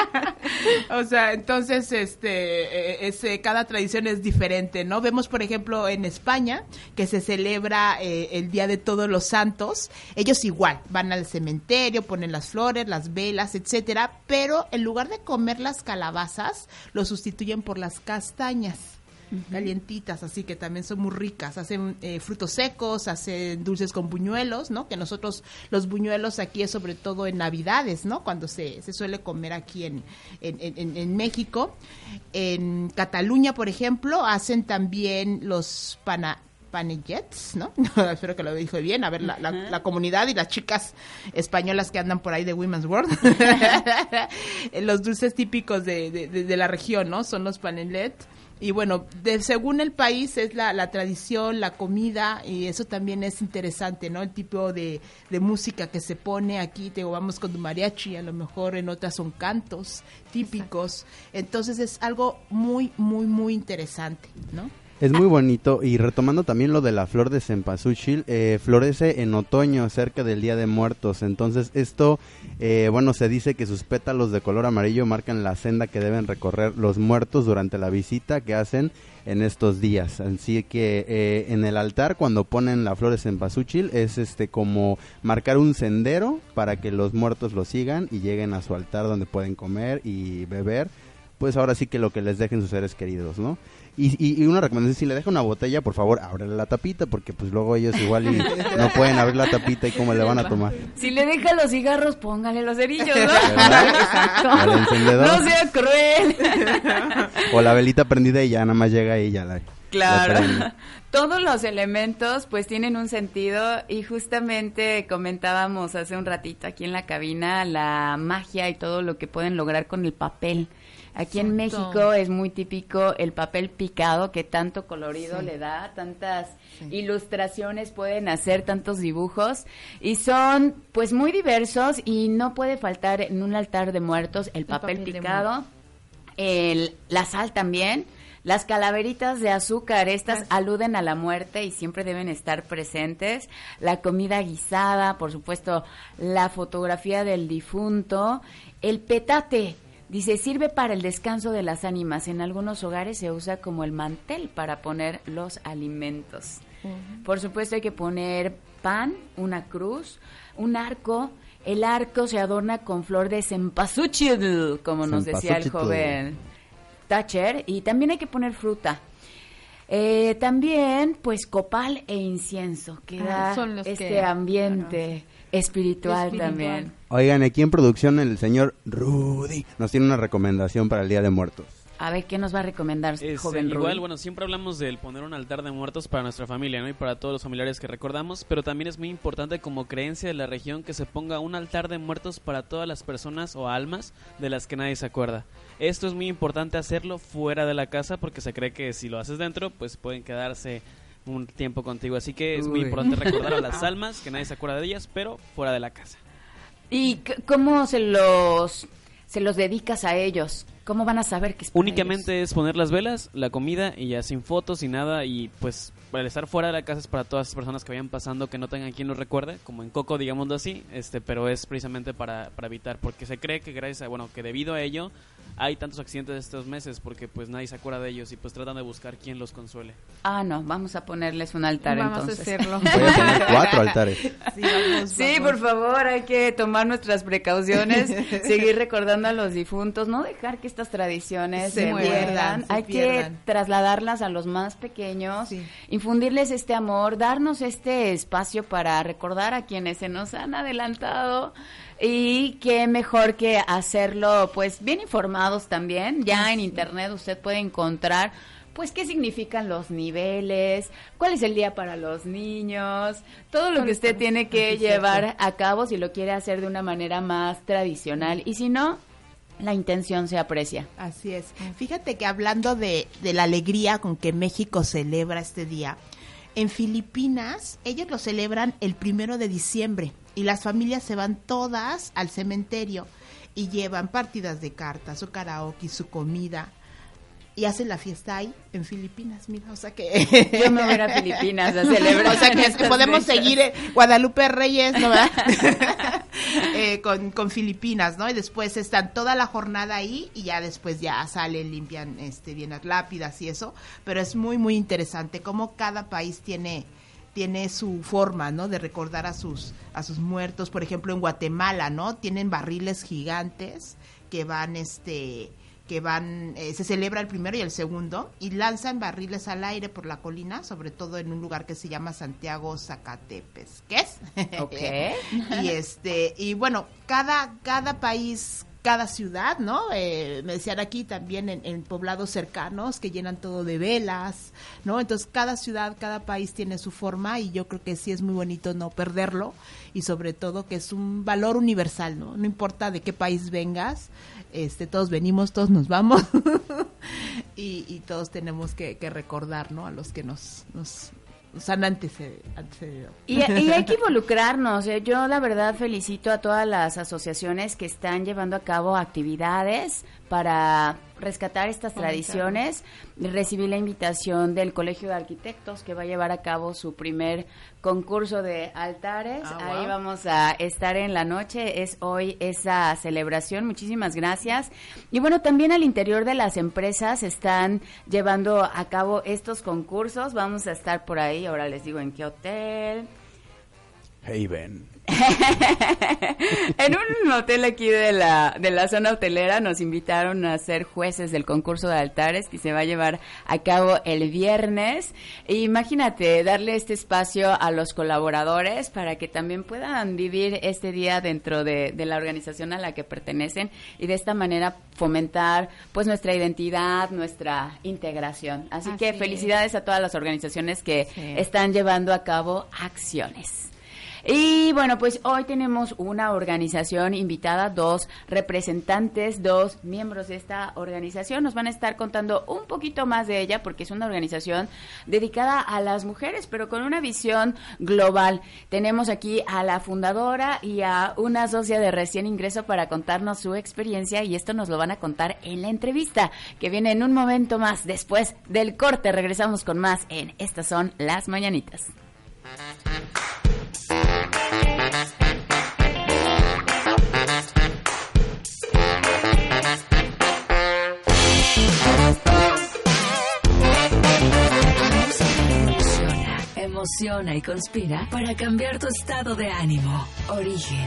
O sea, entonces, este, ese, cada tradición es diferente, ¿no? Vemos, por ejemplo, en España, que se celebra eh, el Día de Todos los Santos. Ellos igual, van al cementerio, ponen las flores, las velas, etcétera, pero en lugar de comer las calabazas, lo sustituyen por las castañas. Uh-huh. Calientitas, así que también son muy ricas. Hacen eh, frutos secos, hacen dulces con buñuelos, ¿no? Que nosotros los buñuelos aquí es sobre todo en Navidades, ¿no? Cuando se, se suele comer aquí en, en, en, en México. En Cataluña, por ejemplo, hacen también los pana panellets, ¿no? Espero que lo dije bien. A ver, la, la, la comunidad y las chicas españolas que andan por ahí de Women's World. Los dulces típicos de, de, de, de la región, ¿no? Son los panellets. Y bueno, de, según el país es la, la tradición, la comida, y eso también es interesante, ¿no? El tipo de, de música que se pone aquí, te digo, vamos con tu mariachi, a lo mejor en otras son cantos típicos. Exacto. Entonces es algo muy, muy, muy interesante, ¿no? Es muy bonito, y retomando también lo de la flor de cempasúchil, eh, florece en otoño cerca del Día de Muertos. Entonces esto, eh, bueno, se dice que sus pétalos de color amarillo marcan la senda que deben recorrer los muertos durante la visita que hacen en estos días. Así que eh, en el altar, cuando ponen la flor de cempasúchil, es este como marcar un sendero para que los muertos lo sigan y lleguen a su altar donde pueden comer y beber pues ahora sí que lo que les dejen sus seres queridos, ¿no? Y, y, y una recomendación, si le deja una botella, por favor, ábrele la tapita, porque pues luego ellos igual y no pueden abrir la tapita y cómo le van a tomar. Si le deja los cigarros, póngale los cerillos, ¿no? Exacto. El encendedor. No sea cruel. O la velita prendida y ya nada más llega y ya la... Claro. La todos los elementos pues tienen un sentido y justamente comentábamos hace un ratito aquí en la cabina la magia y todo lo que pueden lograr con el papel. Aquí en México es muy típico el papel picado que tanto colorido sí. le da, tantas sí. ilustraciones pueden hacer, tantos dibujos y son pues muy diversos y no puede faltar en un altar de muertos el, el papel, papel picado, el, la sal también. Las calaveritas de azúcar, estas aluden a la muerte y siempre deben estar presentes. La comida guisada, por supuesto, la fotografía del difunto. El petate, dice, sirve para el descanso de las ánimas. En algunos hogares se usa como el mantel para poner los alimentos. Uh-huh. Por supuesto hay que poner pan, una cruz, un arco. El arco se adorna con flor de cempasúchil, como nos decía el joven Thatcher, y también hay que poner fruta. Eh, también, pues, copal e incienso, que da ah, este que, ambiente claro, espiritual, espiritual también. Oigan, aquí en producción el señor Rudy nos tiene una recomendación para el Día de Muertos. A ver, ¿qué nos va a recomendar, este, joven Rudy? Igual, bueno, siempre hablamos del poner un altar de muertos para nuestra familia, ¿no? Y para todos los familiares que recordamos, pero también es muy importante como creencia de la región que se ponga un altar de muertos para todas las personas o almas de las que nadie se acuerda. Esto es muy importante hacerlo fuera de la casa porque se cree que si lo haces dentro, pues pueden quedarse un tiempo contigo. Así que es Uy. muy importante recordar a las almas, que nadie se acuerda de ellas, pero fuera de la casa. ¿Y c- cómo se los, se los dedicas a ellos? ¿Cómo van a saber que es para Únicamente ellos? Es poner las velas, la comida y ya sin fotos y nada. Y pues al estar fuera de la casa es para todas las personas que vayan pasando que no tengan quien los recuerde, como en Coco, digámoslo así, este, pero es precisamente para, para evitar, porque se cree que gracias a, bueno, que debido a ello hay tantos accidentes estos meses porque pues nadie se acuerda de ellos y pues tratan de buscar quien los consuele. Ah, no, vamos a ponerles un altar vamos entonces. Vamos a hacerlo. Voy a poner cuatro altares. Sí, vamos, sí vamos. Por favor, hay que tomar nuestras precauciones, seguir recordando a los difuntos, no dejar que estas tradiciones se, se pierdan, se hay pierdan. que trasladarlas a los más pequeños, sí. infundirles este amor, darnos este espacio para recordar a quienes se nos han adelantado. Y qué mejor que hacerlo, pues, bien informados también. Ya en internet usted puede encontrar, pues, qué significan los niveles, cuál es el día para los niños, todo lo que usted tiene que llevar a cabo si lo quiere hacer de una manera más tradicional. Y si no, la intención se aprecia. Así es. Fíjate que hablando de, de la alegría con que México celebra este día, en Filipinas ellos lo celebran el primero de diciembre. Y las familias se van todas al cementerio y llevan partidas de cartas, su karaoke, su comida y hacen la fiesta ahí en Filipinas, mira, o sea que yo me voy a ir a Filipinas a celebrar. O sea que, es que podemos fechas. seguir eh, Guadalupe Reyes, ¿no? eh, con, con Filipinas, ¿no? Y después están toda la jornada ahí y ya después ya salen, limpian este bien las lápidas y eso, pero es muy muy interesante cómo cada país tiene tiene su forma, ¿no? De recordar a sus a sus muertos. Por ejemplo, en Guatemala, ¿no? Tienen barriles gigantes que van, este, que van, eh, se celebra el primero y el segundo y lanzan barriles al aire por la colina, sobre todo en un lugar que se llama Santiago Zacatepes, ¿qué es? Okay. y este y bueno, cada cada país cada ciudad, ¿no? Eh, me decían aquí también en, en poblados cercanos que llenan todo de velas, ¿no? Entonces cada ciudad, cada país tiene su forma y yo creo que sí es muy bonito no perderlo y sobre todo que es un valor universal, ¿no? No importa de qué país vengas, este, todos venimos, todos nos vamos y, y todos tenemos que, que recordar, ¿no? A los que nos... nos O sea, antecedido. antecedido. Y, y hay que involucrarnos. Yo la verdad felicito a todas las asociaciones que están llevando a cabo actividades para rescatar estas tradiciones. Recibí la invitación del Colegio de Arquitectos que va a llevar a cabo su primer concurso de altares. Ah, wow. Ahí vamos a estar en la noche. Es hoy esa celebración. Muchísimas gracias. Y bueno, también al interior de las empresas están llevando a cabo estos concursos. Vamos a estar por ahí. Ahora les digo en qué hotel. Haven. En un hotel aquí de la, de la zona hotelera nos invitaron a ser jueces del concurso de altares que se va a llevar a cabo el viernes. E imagínate, darle este espacio a los colaboradores para que también puedan vivir este día dentro de, de la organización a la que pertenecen y de esta manera fomentar pues nuestra identidad, nuestra integración. Así, Así que felicidades es. a todas las organizaciones que sí. están llevando a cabo acciones. Y bueno, pues hoy tenemos una organización invitada, dos representantes, dos miembros de esta organización. Nos van a estar contando un poquito más de ella porque es una organización dedicada a las mujeres, pero con una visión global. Tenemos aquí a la fundadora y a una socia de recién ingreso para contarnos su experiencia, y esto nos lo van a contar en la entrevista que viene en un momento más. Después del corte regresamos con más en Estas Son Las Mañanitas. Emociona y conspira para cambiar tu estado de ánimo. Origen.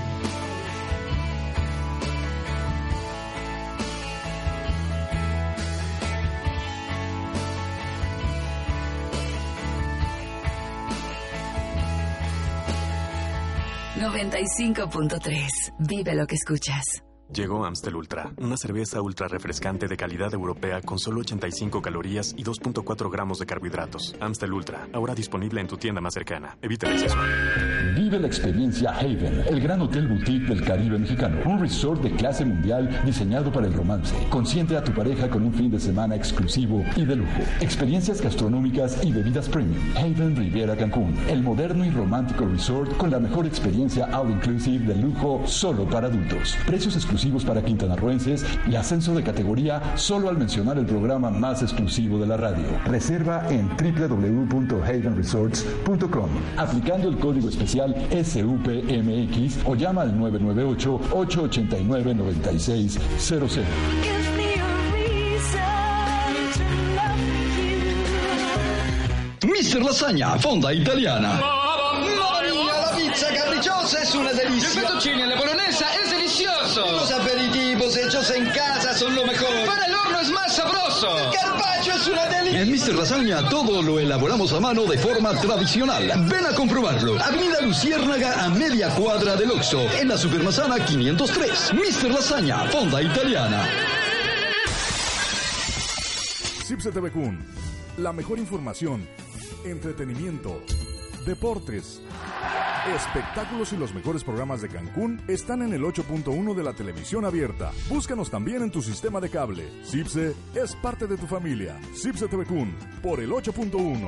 noventa y cinco punto tres. Vive lo que escuchas. Llegó Amstel Ultra, una cerveza ultra refrescante de calidad europea con solo ochenta y cinco calorías y dos punto cuatro gramos de carbohidratos. Amstel Ultra, ahora disponible en tu tienda más cercana. Evita el exceso. Vive la experiencia Haven, el gran hotel boutique del Caribe mexicano. Un resort de clase mundial diseñado para el romance. Consiente a tu pareja con un fin de semana exclusivo y de lujo. Experiencias gastronómicas y bebidas premium. Haven Riviera Cancún, el moderno y romántico resort con la mejor experiencia all inclusive de lujo solo para adultos. Precios exclusivos para quintanarroenses y ascenso de categoría solo al mencionar el programa más exclusivo de la radio. Reserva en doble u doble u doble u punto haven resorts punto com aplicando el código especial S U P M X o llama al nueve nueve ocho, ocho ocho nueve, nueve seis cero cero. mister Lasaña, fonda italiana. Mamma mia, la pizza capricciosa es una delicia. El fettuccine en la bolognesa es delicioso. Los aperitivos hechos en casa son lo mejor. Para el horno es más sabroso. El carpaccio es una delicia. En mister Lasaña todo lo elaboramos a mano de forma tradicional. Ven a comprobarlo. Avenida Luciérnaga a media cuadra del Oxxo, en la Supermanzana quinientos tres. mister Lasaña, fonda italiana. Cipse T V Kun, la mejor información, entretenimiento, deportes, espectáculos y los mejores programas de Cancún están en el ocho punto uno de la televisión abierta. Búscanos también en tu sistema de cable. Cipse es parte de tu familia. Cipse T V Kun por el ocho punto uno.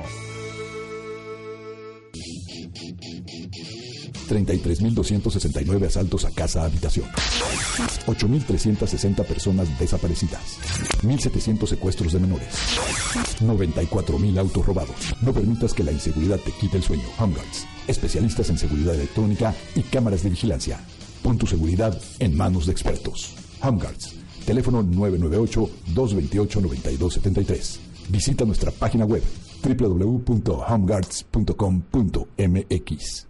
treinta y tres mil doscientos sesenta y nueve asaltos a casa-habitación. ocho mil trescientas sesenta personas desaparecidas. mil setecientos secuestros de menores. noventa y cuatro mil autos robados. No permitas que la inseguridad te quite el sueño. Home Guards, especialistas en seguridad electrónica y cámaras de vigilancia. Pon tu seguridad en manos de expertos. Home Guards, teléfono nueve nueve ocho, dos dos ocho, nueve dos siete tres. Visita nuestra página web doble u doble u doble u punto home guards punto com punto m x.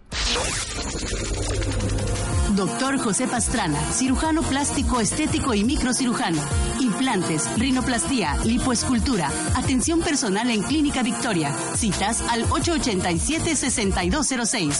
Doctor José Pastrana, cirujano plástico estético y microcirujano. Implantes, rinoplastía, lipoescultura. Atención personal en Clínica Victoria. Citas al ocho ocho siete, seis dos cero seis.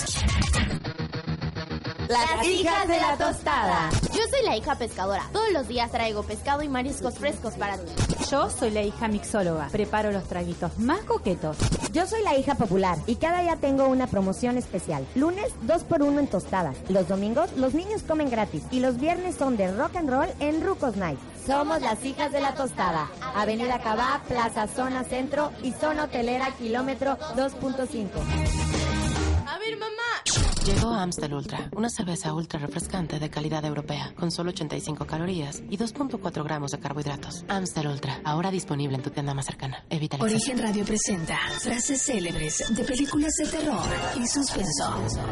Las hijas de la tostada. Yo soy la hija pescadora. Todos los días traigo pescado y mariscos frescos para ti. Yo soy la hija mixóloga. Preparo los traguitos más coquetos. Yo soy la hija popular y cada día tengo una promoción especial. Lunes, dos por uno en tostadas. Los domingos, los niños comen gratis. Y los viernes son de rock and roll en Rucos Night. Somos las hijas de la tostada. Avenida Cabá, Plaza Zona Centro y Zona Hotelera, kilómetro dos punto cinco. A ver, mamá. Llegó Amstel Ultra, una cerveza ultra refrescante de calidad europea, con solo ochenta y cinco calorías y dos punto cuatro gramos de carbohidratos. Amstel Ultra, ahora disponible en tu tienda más cercana. Evita el exceso. Origen Radio presenta frases célebres de películas de terror y suspenso.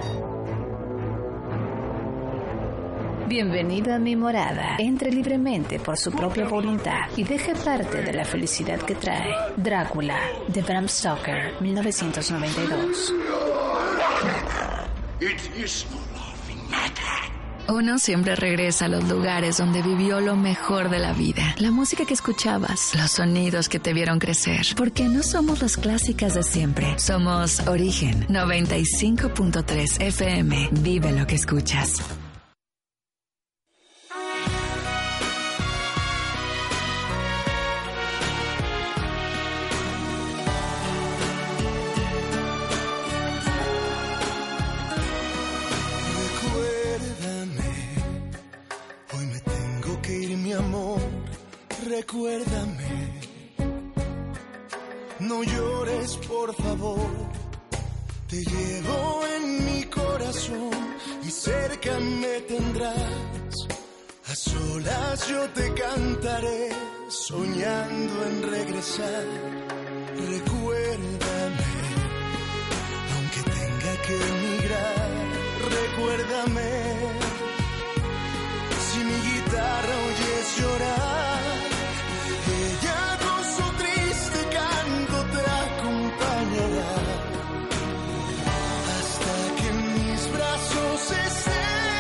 Bienvenido a mi morada. Entre libremente por su propia voluntad y deje parte de la felicidad que trae. Drácula, de Bram Stoker, mil novecientos noventa y dos. It is no laughing matter. Uno siempre regresa a los lugares donde vivió lo mejor de la vida. La música que escuchabas, los sonidos que te vieron crecer. Porque no somos las clásicas de siempre. Somos Origen noventa y cinco punto tres F M. Vive lo que escuchas. Recuérdame, no llores por favor, te llevo en mi corazón y cerca me tendrás, a solas yo te cantaré, soñando en regresar. Recuérdame, aunque tenga que emigrar, recuérdame, si mi guitarra oyes llorar. Ella con su triste canto te acompañará hasta que en mis brazos estés.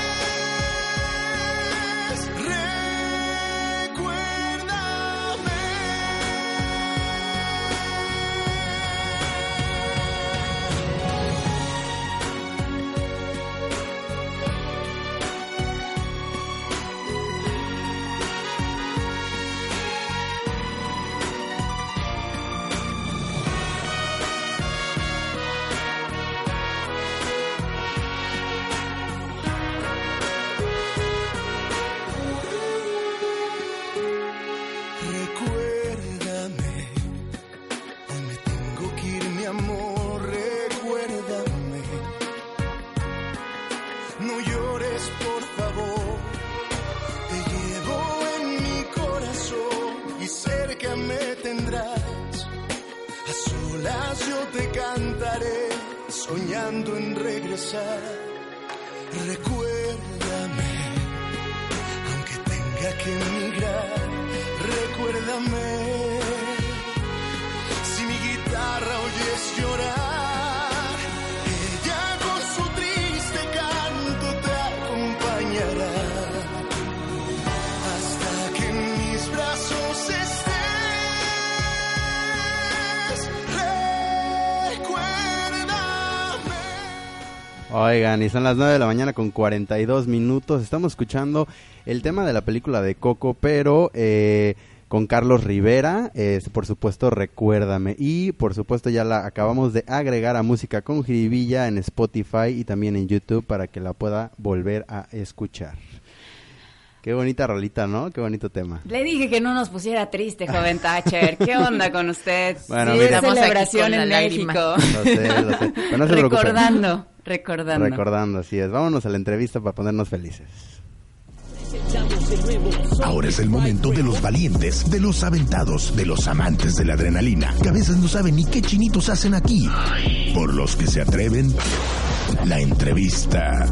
Yo te cantaré, soñando en regresar. Recuérdame, aunque tenga que emigrar. Recuérdame, si mi guitarra oyes llorar. Ella con su triste canto te acompañará hasta que en mis brazos estés. Oigan, y son las nueve de la mañana con cuarenta y dos minutos. Estamos escuchando el tema de la película de Coco, pero eh, con Carlos Rivera, eh, por supuesto, Recuérdame. Y por supuesto ya la acabamos de agregar a Música con Jiribilla en Spotify y también en YouTube para que la pueda volver a escuchar. Qué bonita rolita, ¿no? Qué bonito tema. Le dije que no nos pusiera triste, joven Thatcher. ¿Qué onda con usted? Bueno, sí, mira, es celebración en México. Lo sé, lo sé. Pero no se recordando, recordando. Recordando, así es. Vámonos a la entrevista para ponernos felices. Ahora es el momento de los valientes, de los aventados, de los amantes de la adrenalina, que a veces no saben ni qué chinitos hacen aquí. Por los que se atreven, la entrevista.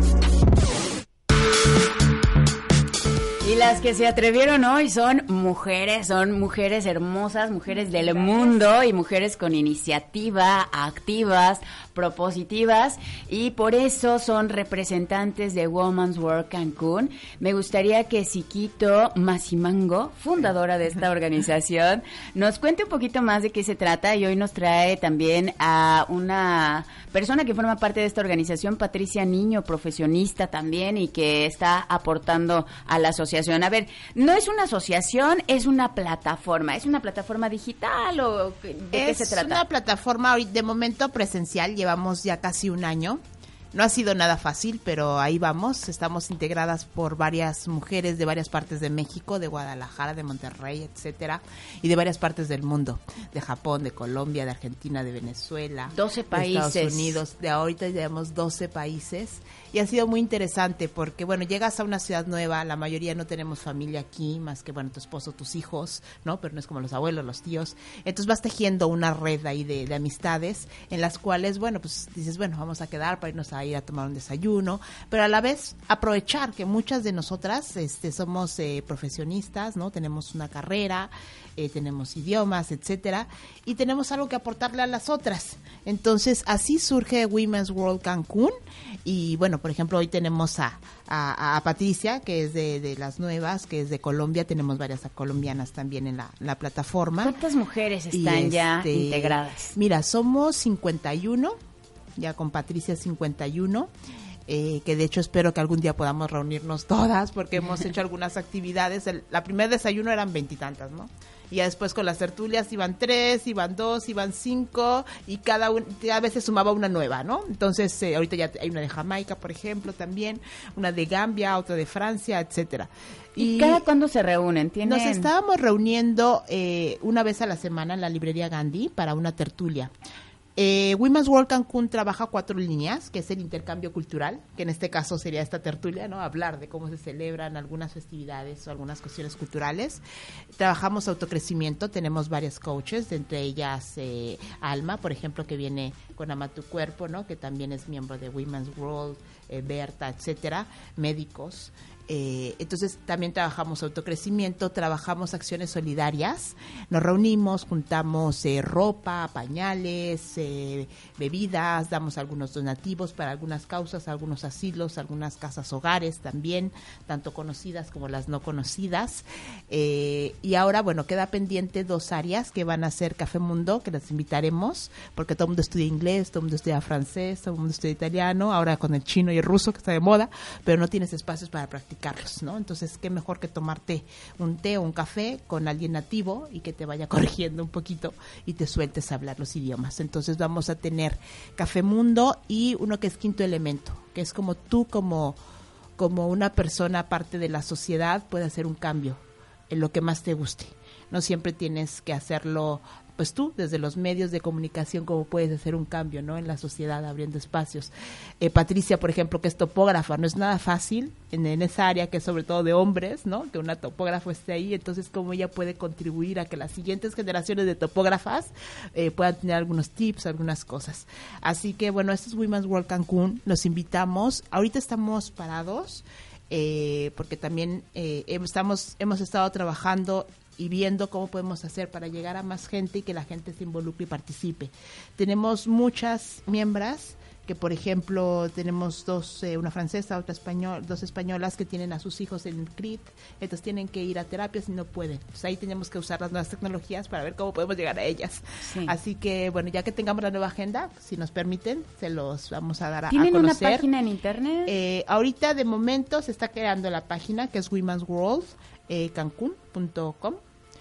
Y las que se atrevieron hoy son mujeres, son mujeres hermosas, mujeres del mundo y mujeres con iniciativa, activas, propositivas, y por eso son representantes de Women's World Cancún. Me gustaría que Siquito Masimango, fundadora de esta organización, nos cuente un poquito más de qué se trata, y hoy nos trae también a una persona que forma parte de esta organización, Patricia Niño, profesionista también y que está aportando a la asociación. A ver, no es una asociación, es una plataforma. ¿Es una plataforma digital o de qué se trata? Es una plataforma de momento presencial, llevamos ya casi un año. No ha sido nada fácil, pero ahí vamos. Estamos integradas por varias mujeres de varias partes de México, de Guadalajara, de Monterrey, etcétera, y de varias partes del mundo, de Japón, de Colombia, de Argentina, de Venezuela, doce países. De Estados Unidos. De ahorita llevamos doce países. Y ha sido muy interesante porque, bueno, llegas a una ciudad nueva, la mayoría no tenemos familia aquí, más que, bueno, tu esposo, tus hijos, ¿no? Pero no es como los abuelos, los tíos. Entonces vas tejiendo una red ahí de, de amistades en las cuales, bueno, pues dices, bueno, vamos a quedar para irnos a para ir a tomar un desayuno, pero a la vez aprovechar que muchas de nosotras este, somos eh, profesionistas, ¿no? Tenemos una carrera, eh, tenemos idiomas, etcétera, y tenemos algo que aportarle a las otras. Entonces, así surge Women's World Cancún, y bueno, por ejemplo, hoy tenemos a, a, a Patricia, que es de, de las nuevas, que es de Colombia, tenemos varias colombianas también en la, la plataforma. ¿Cuántas mujeres están Y, ya este, integradas? Mira, somos cincuenta y uno, ya con Patricia cincuenta y uno, eh, que de hecho espero que algún día podamos reunirnos todas, porque hemos hecho algunas actividades. El, la primer desayuno eran veintitantas, ¿no? Y ya después con las tertulias iban tres, iban dos, iban cinco, y cada, un, cada vez se sumaba una nueva, ¿no? Entonces, eh, ahorita ya hay una de Jamaica, por ejemplo, también, una de Gambia, otra de Francia, etcétera. ¿Y, ¿Y cada cuándo se reúnen? ¿Tienen? Nos estábamos reuniendo eh, una vez a la semana en la librería Gandhi para una tertulia. Eh, Women's World Cancún trabaja cuatro líneas, que es el intercambio cultural, que en este caso sería esta tertulia, ¿no? Hablar de cómo se celebran algunas festividades o algunas cuestiones culturales. Trabajamos autocrecimiento, tenemos varias coaches, entre ellas eh, Alma, por ejemplo, que viene con Ama tu Cuerpo, ¿no? Que también es miembro de Women's World, eh, Berta, etcétera, médicos. Eh, entonces también trabajamos autocrecimiento, trabajamos acciones solidarias, nos reunimos, juntamos eh, ropa, pañales, eh, bebidas, damos algunos donativos para algunas causas, algunos asilos, algunas casas hogares también, tanto conocidas como las no conocidas, eh, y ahora bueno, queda pendiente dos áreas que van a ser Café Mundo, que las invitaremos, porque todo el mundo estudia inglés, todo el mundo estudia francés, todo el mundo estudia italiano, ahora con el chino y el ruso que está de moda, pero no tienes espacios para practicar, ¿no? Entonces, qué mejor que tomarte un té o un café con alguien nativo y que te vaya corrigiendo un poquito y te sueltes a hablar los idiomas. Entonces, vamos a tener Café Mundo y uno que es Quinto Elemento, que es como tú, como, como una persona parte de la sociedad, puede hacer un cambio en lo que más te guste. No siempre tienes que hacerlo pues tú, desde los medios de comunicación, cómo puedes hacer un cambio, ¿no? En la sociedad, abriendo espacios. Eh, Patricia, por ejemplo, que es topógrafa, no es nada fácil en, en esa área que es sobre todo de hombres, ¿no? Que una topógrafa esté ahí, entonces cómo ella puede contribuir a que las siguientes generaciones de topógrafas eh, puedan tener algunos tips, algunas cosas. Así que, bueno, esto es Women's World Cancún, los invitamos. Ahorita estamos parados, eh, porque también eh, estamos, hemos estado trabajando y viendo cómo podemos hacer para llegar a más gente y que la gente se involucre y participe. Tenemos muchas miembros que, por ejemplo, tenemos dos, eh, una francesa, otra español, dos españolas que tienen a sus hijos en C R I T, entonces tienen que ir a terapias y no pueden. Entonces ahí tenemos que usar las nuevas tecnologías para ver cómo podemos llegar a ellas. Sí. Así que, bueno, ya que tengamos la nueva agenda, si nos permiten, se los vamos a dar a, a conocer. ¿Tienen una página en internet? Eh, ahorita, de momento, se está creando la página, que es Women's World eh, Cancún punto com.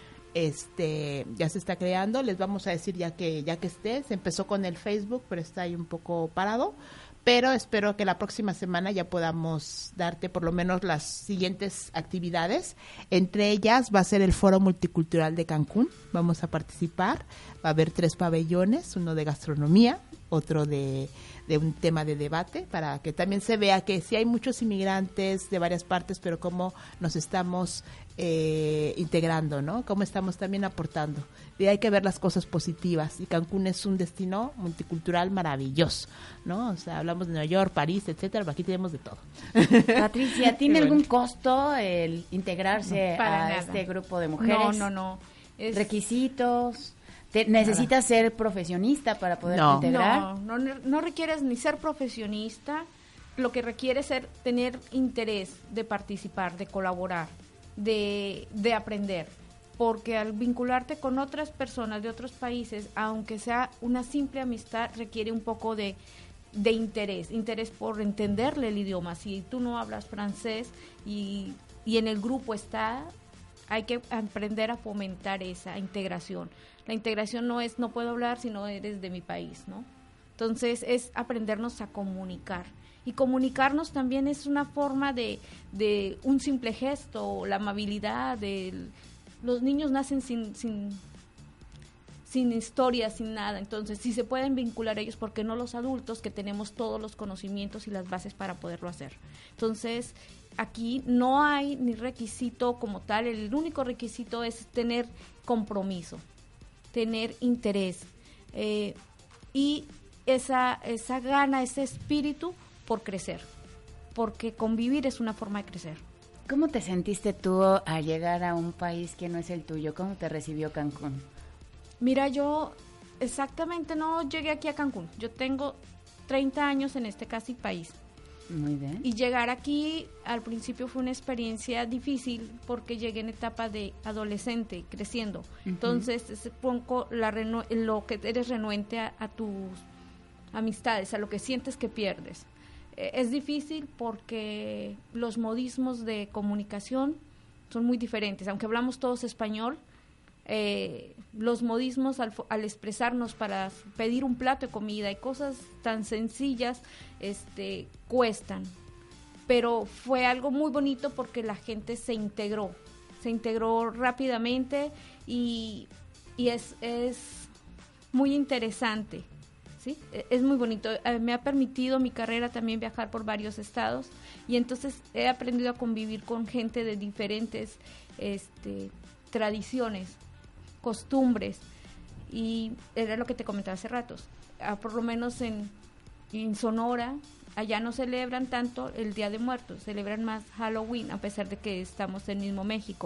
Este, ya se está creando, les vamos a decir ya que ya que esté, se empezó con el Facebook, pero está ahí un poco parado, pero espero que la próxima semana ya podamos darte por lo menos las siguientes actividades. Entre ellas va a ser el Foro Multicultural de Cancún, vamos a participar, va a haber tres pabellones, uno de gastronomía, otro de, de un tema de debate, para que también se vea que sí hay muchos inmigrantes de varias partes, pero cómo nos estamos eh, integrando, ¿no? Cómo estamos también aportando. Y hay que ver las cosas positivas, y Cancún es un destino multicultural maravilloso, ¿no? O sea, hablamos de Nueva York, París, etcétera, pero aquí tenemos de todo. Patricia, ¿tiene bueno. algún costo el integrarse no, a nada. este grupo de mujeres? No, no, no. Es... ¿Requisitos? ¿Te necesitas ser profesionista para poder no. integrar? No, no, no requieres ni ser profesionista, lo que requiere es ser, tener interés de participar, de colaborar, de, de aprender, porque al vincularte con otras personas de otros países, aunque sea una simple amistad, requiere un poco de, de interés, interés por entenderle el idioma. Si tú no hablas francés y, y en el grupo está, hay que aprender a fomentar esa integración. La integración no es, no puedo hablar si no eres de mi país, ¿no? Entonces, es aprendernos a comunicar. Y comunicarnos también es una forma de, de un simple gesto, la amabilidad. De, los niños nacen sin, sin, sin historia, sin nada. Entonces, si se pueden vincular ellos, ¿por qué no los adultos que tenemos todos los conocimientos y las bases para poderlo hacer? Entonces, aquí no hay ni requisito como tal. El único requisito es tener compromiso, tener interés eh, y esa esa gana, ese espíritu por crecer, porque convivir es una forma de crecer. ¿Cómo te sentiste tú al llegar a un país que no es el tuyo? ¿Cómo te recibió Cancún? Mira, yo exactamente no llegué aquí a Cancún. Yo tengo treinta años en este casi país. Muy bien. Y llegar aquí al principio fue una experiencia difícil porque llegué en etapa de adolescente, creciendo. Uh-huh. Entonces es poco la renu- lo que eres renuente a, a tus amistades, a lo que sientes que pierdes. Eh, es difícil porque los modismos de comunicación son muy diferentes. Aunque hablamos todos español, eh, los modismos al, al expresarnos para pedir un plato de comida y cosas tan sencillas este, cuestan. Pero fue algo muy bonito porque la gente se integró, se integró rápidamente y, y es, es muy interesante. ¿Sí? Es muy bonito, me ha permitido mi carrera también viajar por varios estados y entonces he aprendido a convivir con gente de diferentes este, tradiciones, costumbres, y era lo que te comentaba hace ratos. Ah, por lo menos en, en Sonora, allá no celebran tanto el Día de Muertos, celebran más Halloween, a pesar de que estamos en el mismo México.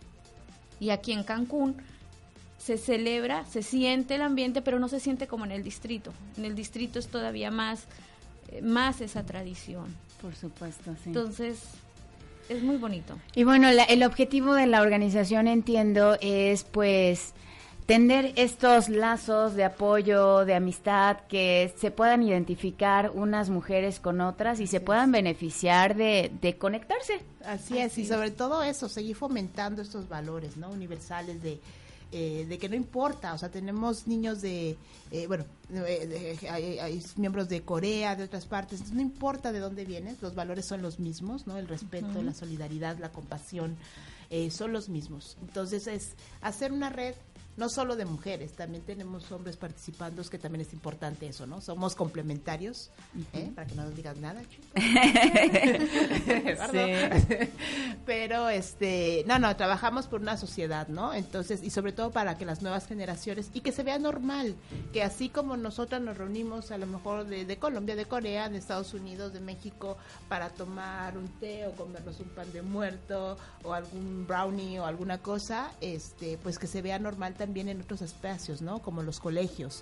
Y aquí en Cancún se celebra, se siente el ambiente, pero no se siente como en el distrito. En el distrito es todavía más, eh, más esa tradición. Por supuesto, sí. Entonces, es muy bonito. Y bueno, la, el objetivo de la organización, entiendo, es pues tender estos lazos de apoyo, de amistad, que se puedan identificar unas mujeres con otras y se puedan beneficiar de, de conectarse. Así es, y sobre todo eso, seguir fomentando estos valores, ¿no? Universales de Eh, de que no importa, o sea, tenemos niños de, eh, bueno, eh, de, hay, hay miembros de Corea, de otras partes, entonces no importa de dónde vienes, los valores son los mismos, ¿no? El respeto, uh-huh. la solidaridad, la compasión, eh, son los mismos. Entonces es hacer una red no solo de mujeres, también tenemos hombres participando, es que también es importante eso, ¿no? Somos complementarios, uh-huh. ¿eh? Para que no nos digas nada, chicos. Sí. Pero, este, no, no, trabajamos por una sociedad, ¿no? Entonces, y sobre todo para que las nuevas generaciones, y que se vea normal, que así como nosotras nos reunimos a lo mejor de, de Colombia, de Corea, de Estados Unidos, de México, para tomar un té o comernos un pan de muerto, o algún brownie o alguna cosa, este, pues que se vea normal también también en otros espacios, ¿no? Como los colegios,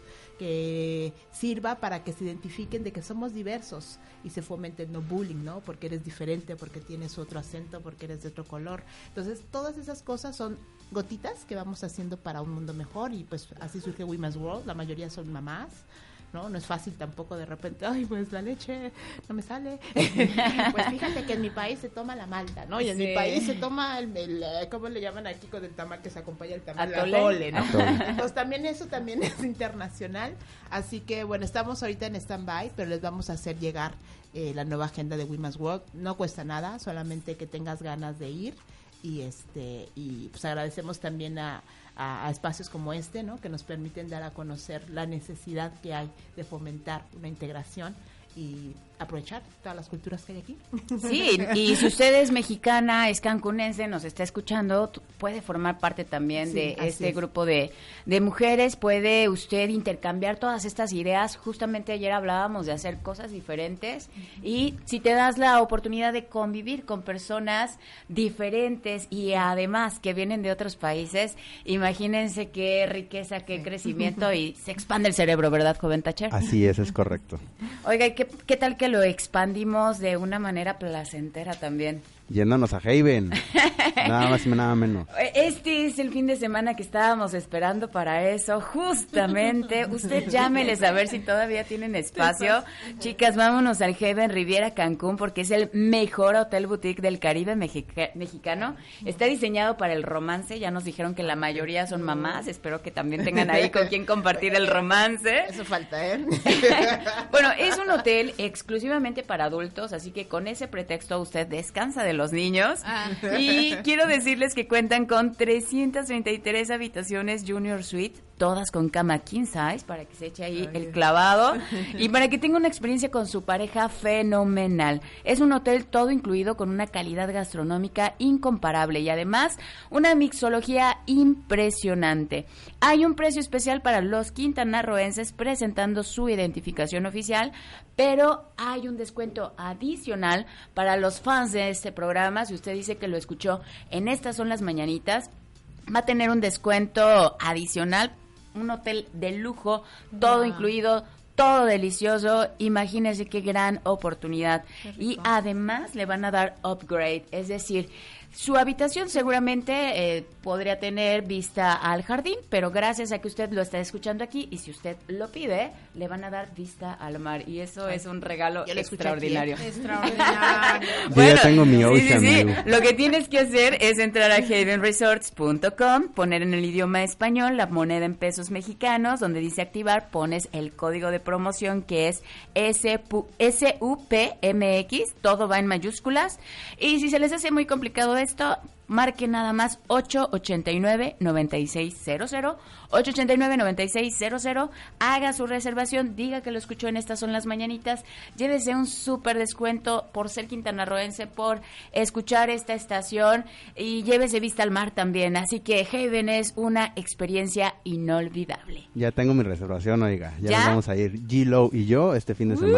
que sirva para que se identifiquen de que somos diversos y se fomente el no bullying, ¿no? Porque eres diferente, porque tienes otro acento, porque eres de otro color. Entonces, todas esas cosas son gotitas que vamos haciendo para un mundo mejor y pues así surge Women's World. La mayoría son mamás, ¿no? No es fácil tampoco de repente, ay, pues la leche no me sale. Pues fíjate que en mi país se toma la malta, ¿no? Y en sí. mi país se toma el, el, ¿cómo le llaman aquí con el tamal que se acompaña el tamal? Atole, atole, ¿no? Atole. Entonces también eso también es internacional. Así que, bueno, estamos ahorita en stand-by, pero les vamos a hacer llegar eh, la nueva agenda de Women's World. No cuesta nada, solamente que tengas ganas de ir. Y este y pues agradecemos también a, a, a espacios como este, ¿no? Que nos permiten dar a conocer la necesidad que hay de fomentar una integración y aprovechar todas las culturas que hay aquí. Sí, y si usted es mexicana, es cancunense, nos está escuchando, puede formar parte también sí, de este es. grupo de, de mujeres, puede usted intercambiar todas estas ideas. Justamente ayer hablábamos de hacer cosas diferentes uh-huh. y si te das la oportunidad de convivir con personas diferentes y además que vienen de otros países, imagínense qué riqueza, qué sí. crecimiento y se expande el cerebro, ¿verdad, joven Thatcher? Así es, es correcto. Oiga, ¿qué, qué tal que lo expandimos de una manera placentera también? Yéndonos a Haven, nada más y nada menos. Este es el fin de semana que estábamos esperando para eso, justamente. Usted llámeles a ver si todavía tienen espacio. Chicas, vámonos al Haven Riviera Cancún porque es el mejor hotel boutique del Caribe mexica- mexicano. Está diseñado para el romance, ya nos dijeron que la mayoría son mamás, espero que también tengan ahí con quien compartir el romance. Eso falta, ¿eh? Bueno, es un hotel exclusivamente para adultos, así que con ese pretexto usted descansa de los niños. Ah. Y quiero decirles que cuentan con trescientas treinta y tres habitaciones Junior Suite todas con cama king size, para que se eche ahí el clavado y para que tenga una experiencia con su pareja fenomenal. Es un hotel todo incluido con una calidad gastronómica incomparable y además una mixología impresionante. Hay un precio especial para los quintanarroenses presentando su identificación oficial, pero hay un descuento adicional para los fans de este programa. Si usted dice que lo escuchó en Estas Son las Mañanitas, va a tener un descuento adicional, un hotel de lujo, todo wow. incluido, todo delicioso. Imagínense qué gran oportunidad. Y además le van a dar upgrade, es decir, su habitación seguramente eh, podría tener vista al jardín, pero gracias a que usted lo está escuchando aquí y si usted lo pide, le van a dar vista al mar y eso Ay, es un regalo extraordinario. Extraordinario. Yo Bueno, ya tengo mi Ocean sí, sí, View. sí. Lo que tienes que hacer es entrar a haven resorts punto com, poner en el idioma español la moneda en pesos mexicanos, donde dice activar, pones el código de promoción que es S U P M X, todo va en mayúsculas, y si se les hace muy complicado esto, marque nada más ocho ochenta y nueve, noventa y seis cero cero, ocho ochenta y nueve, noventa y seis cero cero, haga su reservación, diga que lo escuchó en Estas Son las Mañanitas, llévese un súper descuento por ser quintanarroense, por escuchar esta estación y llévese vista al mar también, así que Haven es una experiencia inolvidable. Ya tengo mi reservación, oiga, ya, ¿Ya? nos vamos a ir G-Lo y yo este fin de semana.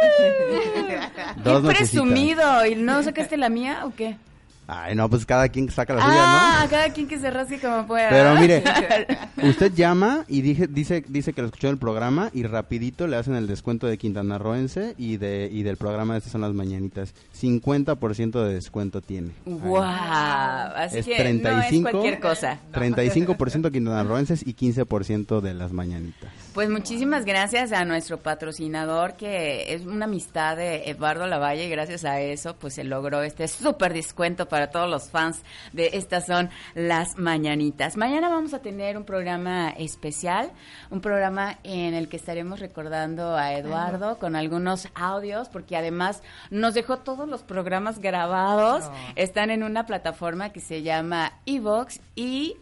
Dos ¡Qué presumido! ¿Y no sacaste la mía o qué? Ay, no, pues cada quien saca la ah, suya, ¿no? Ah, cada quien que se rasque como pueda. Pero mire, usted llama y dije, dice dice que lo escuchó en el programa y rapidito le hacen el descuento de quintanarroense y de y del programa de Estas Son las Mañanitas. cincuenta por ciento de descuento tiene. ¡Wow! Así es que treinta y cinco, no es cualquier cosa. treinta y cinco por ciento quintanarroenses y quince por ciento de las mañanitas. Pues muchísimas gracias a nuestro patrocinador, que es una amistad de Eduardo Lavalle, y gracias a eso pues se logró este súper descuento para todos los fans de Estas Son las Mañanitas. Mañana vamos a tener un programa especial, un programa en el que estaremos recordando a Eduardo con algunos audios, porque además nos dejó todos los programas grabados, no. Están en una plataforma que se llama iVox y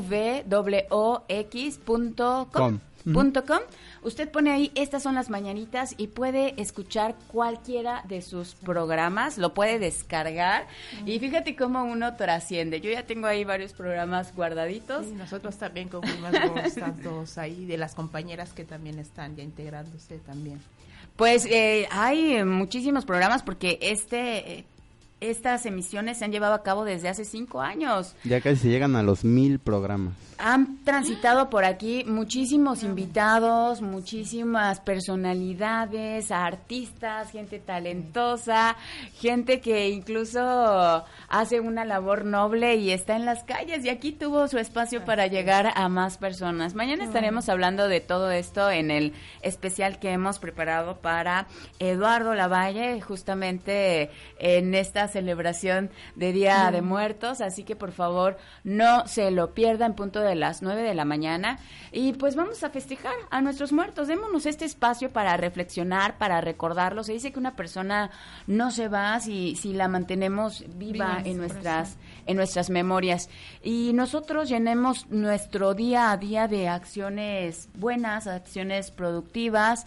v w o x punto com. Punto com. Usted pone ahí Estas Son las Mañanitas y puede escuchar cualquiera de sus programas, lo puede descargar uh-huh. y fíjate cómo uno trasciende. Yo ya tengo ahí varios programas guardaditos. Sí, nosotros también con unos tantos ahí de las compañeras que también están ya integrándose también. Pues eh, hay muchísimos programas porque este... Eh, Estas emisiones se han llevado a cabo desde hace cinco años. Ya casi se llegan a los mil programas. Han transitado por aquí muchísimos invitados, muchísimas personalidades, artistas, gente talentosa, gente que incluso hace una labor noble y está en las calles y aquí tuvo su espacio para llegar a más personas. Mañana estaremos hablando de todo esto en el especial que hemos preparado para Eduardo Lavalle, justamente en esta celebración de Día de Muertos, así que por favor no se lo pierda en punto de las nueve de la mañana y pues vamos a festejar a nuestros muertos, démonos este espacio para reflexionar, para recordarlos. Se dice que una persona no se va si, si la mantenemos viva Viva en nuestras en nuestras memorias y nosotros llenemos nuestro día a día de acciones buenas, acciones productivas.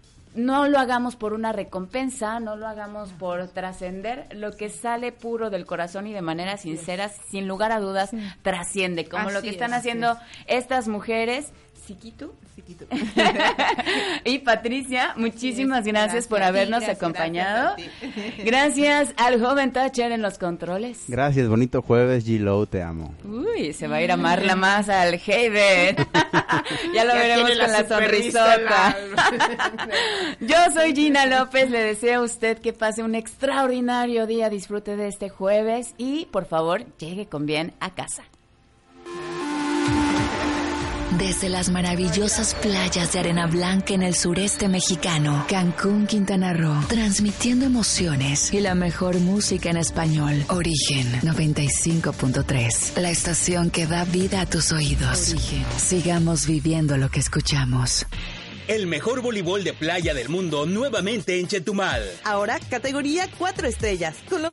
No lo hagamos por una recompensa, no lo hagamos por trascender, lo que sale puro del corazón y de manera sincera, sin lugar a dudas, sí. trasciende, como así lo que están es, haciendo es. Estas mujeres. Siquitu, Siquitu. y Patricia, muchísimas sí, gracias, gracias por habernos gracias, acompañado. Gracias, gracias al joven Thatcher en los controles. Gracias, bonito jueves, G-Lo, te amo. Uy, se va a ir a amarla más al Haven. Ya lo ya veremos con la, la sonrisota. Yo soy Gina López, le deseo a usted que pase un extraordinario día, disfrute de este jueves y por favor llegue con bien a casa. Desde las maravillosas playas de arena blanca en el sureste mexicano, Cancún, Quintana Roo, transmitiendo emociones y la mejor música en español. Origen noventa y cinco punto tres, la estación que da vida a tus oídos. Origen. Sigamos viviendo lo que escuchamos. El mejor voleibol de playa del mundo nuevamente en Chetumal. Ahora, categoría cuatro estrellas. Con lo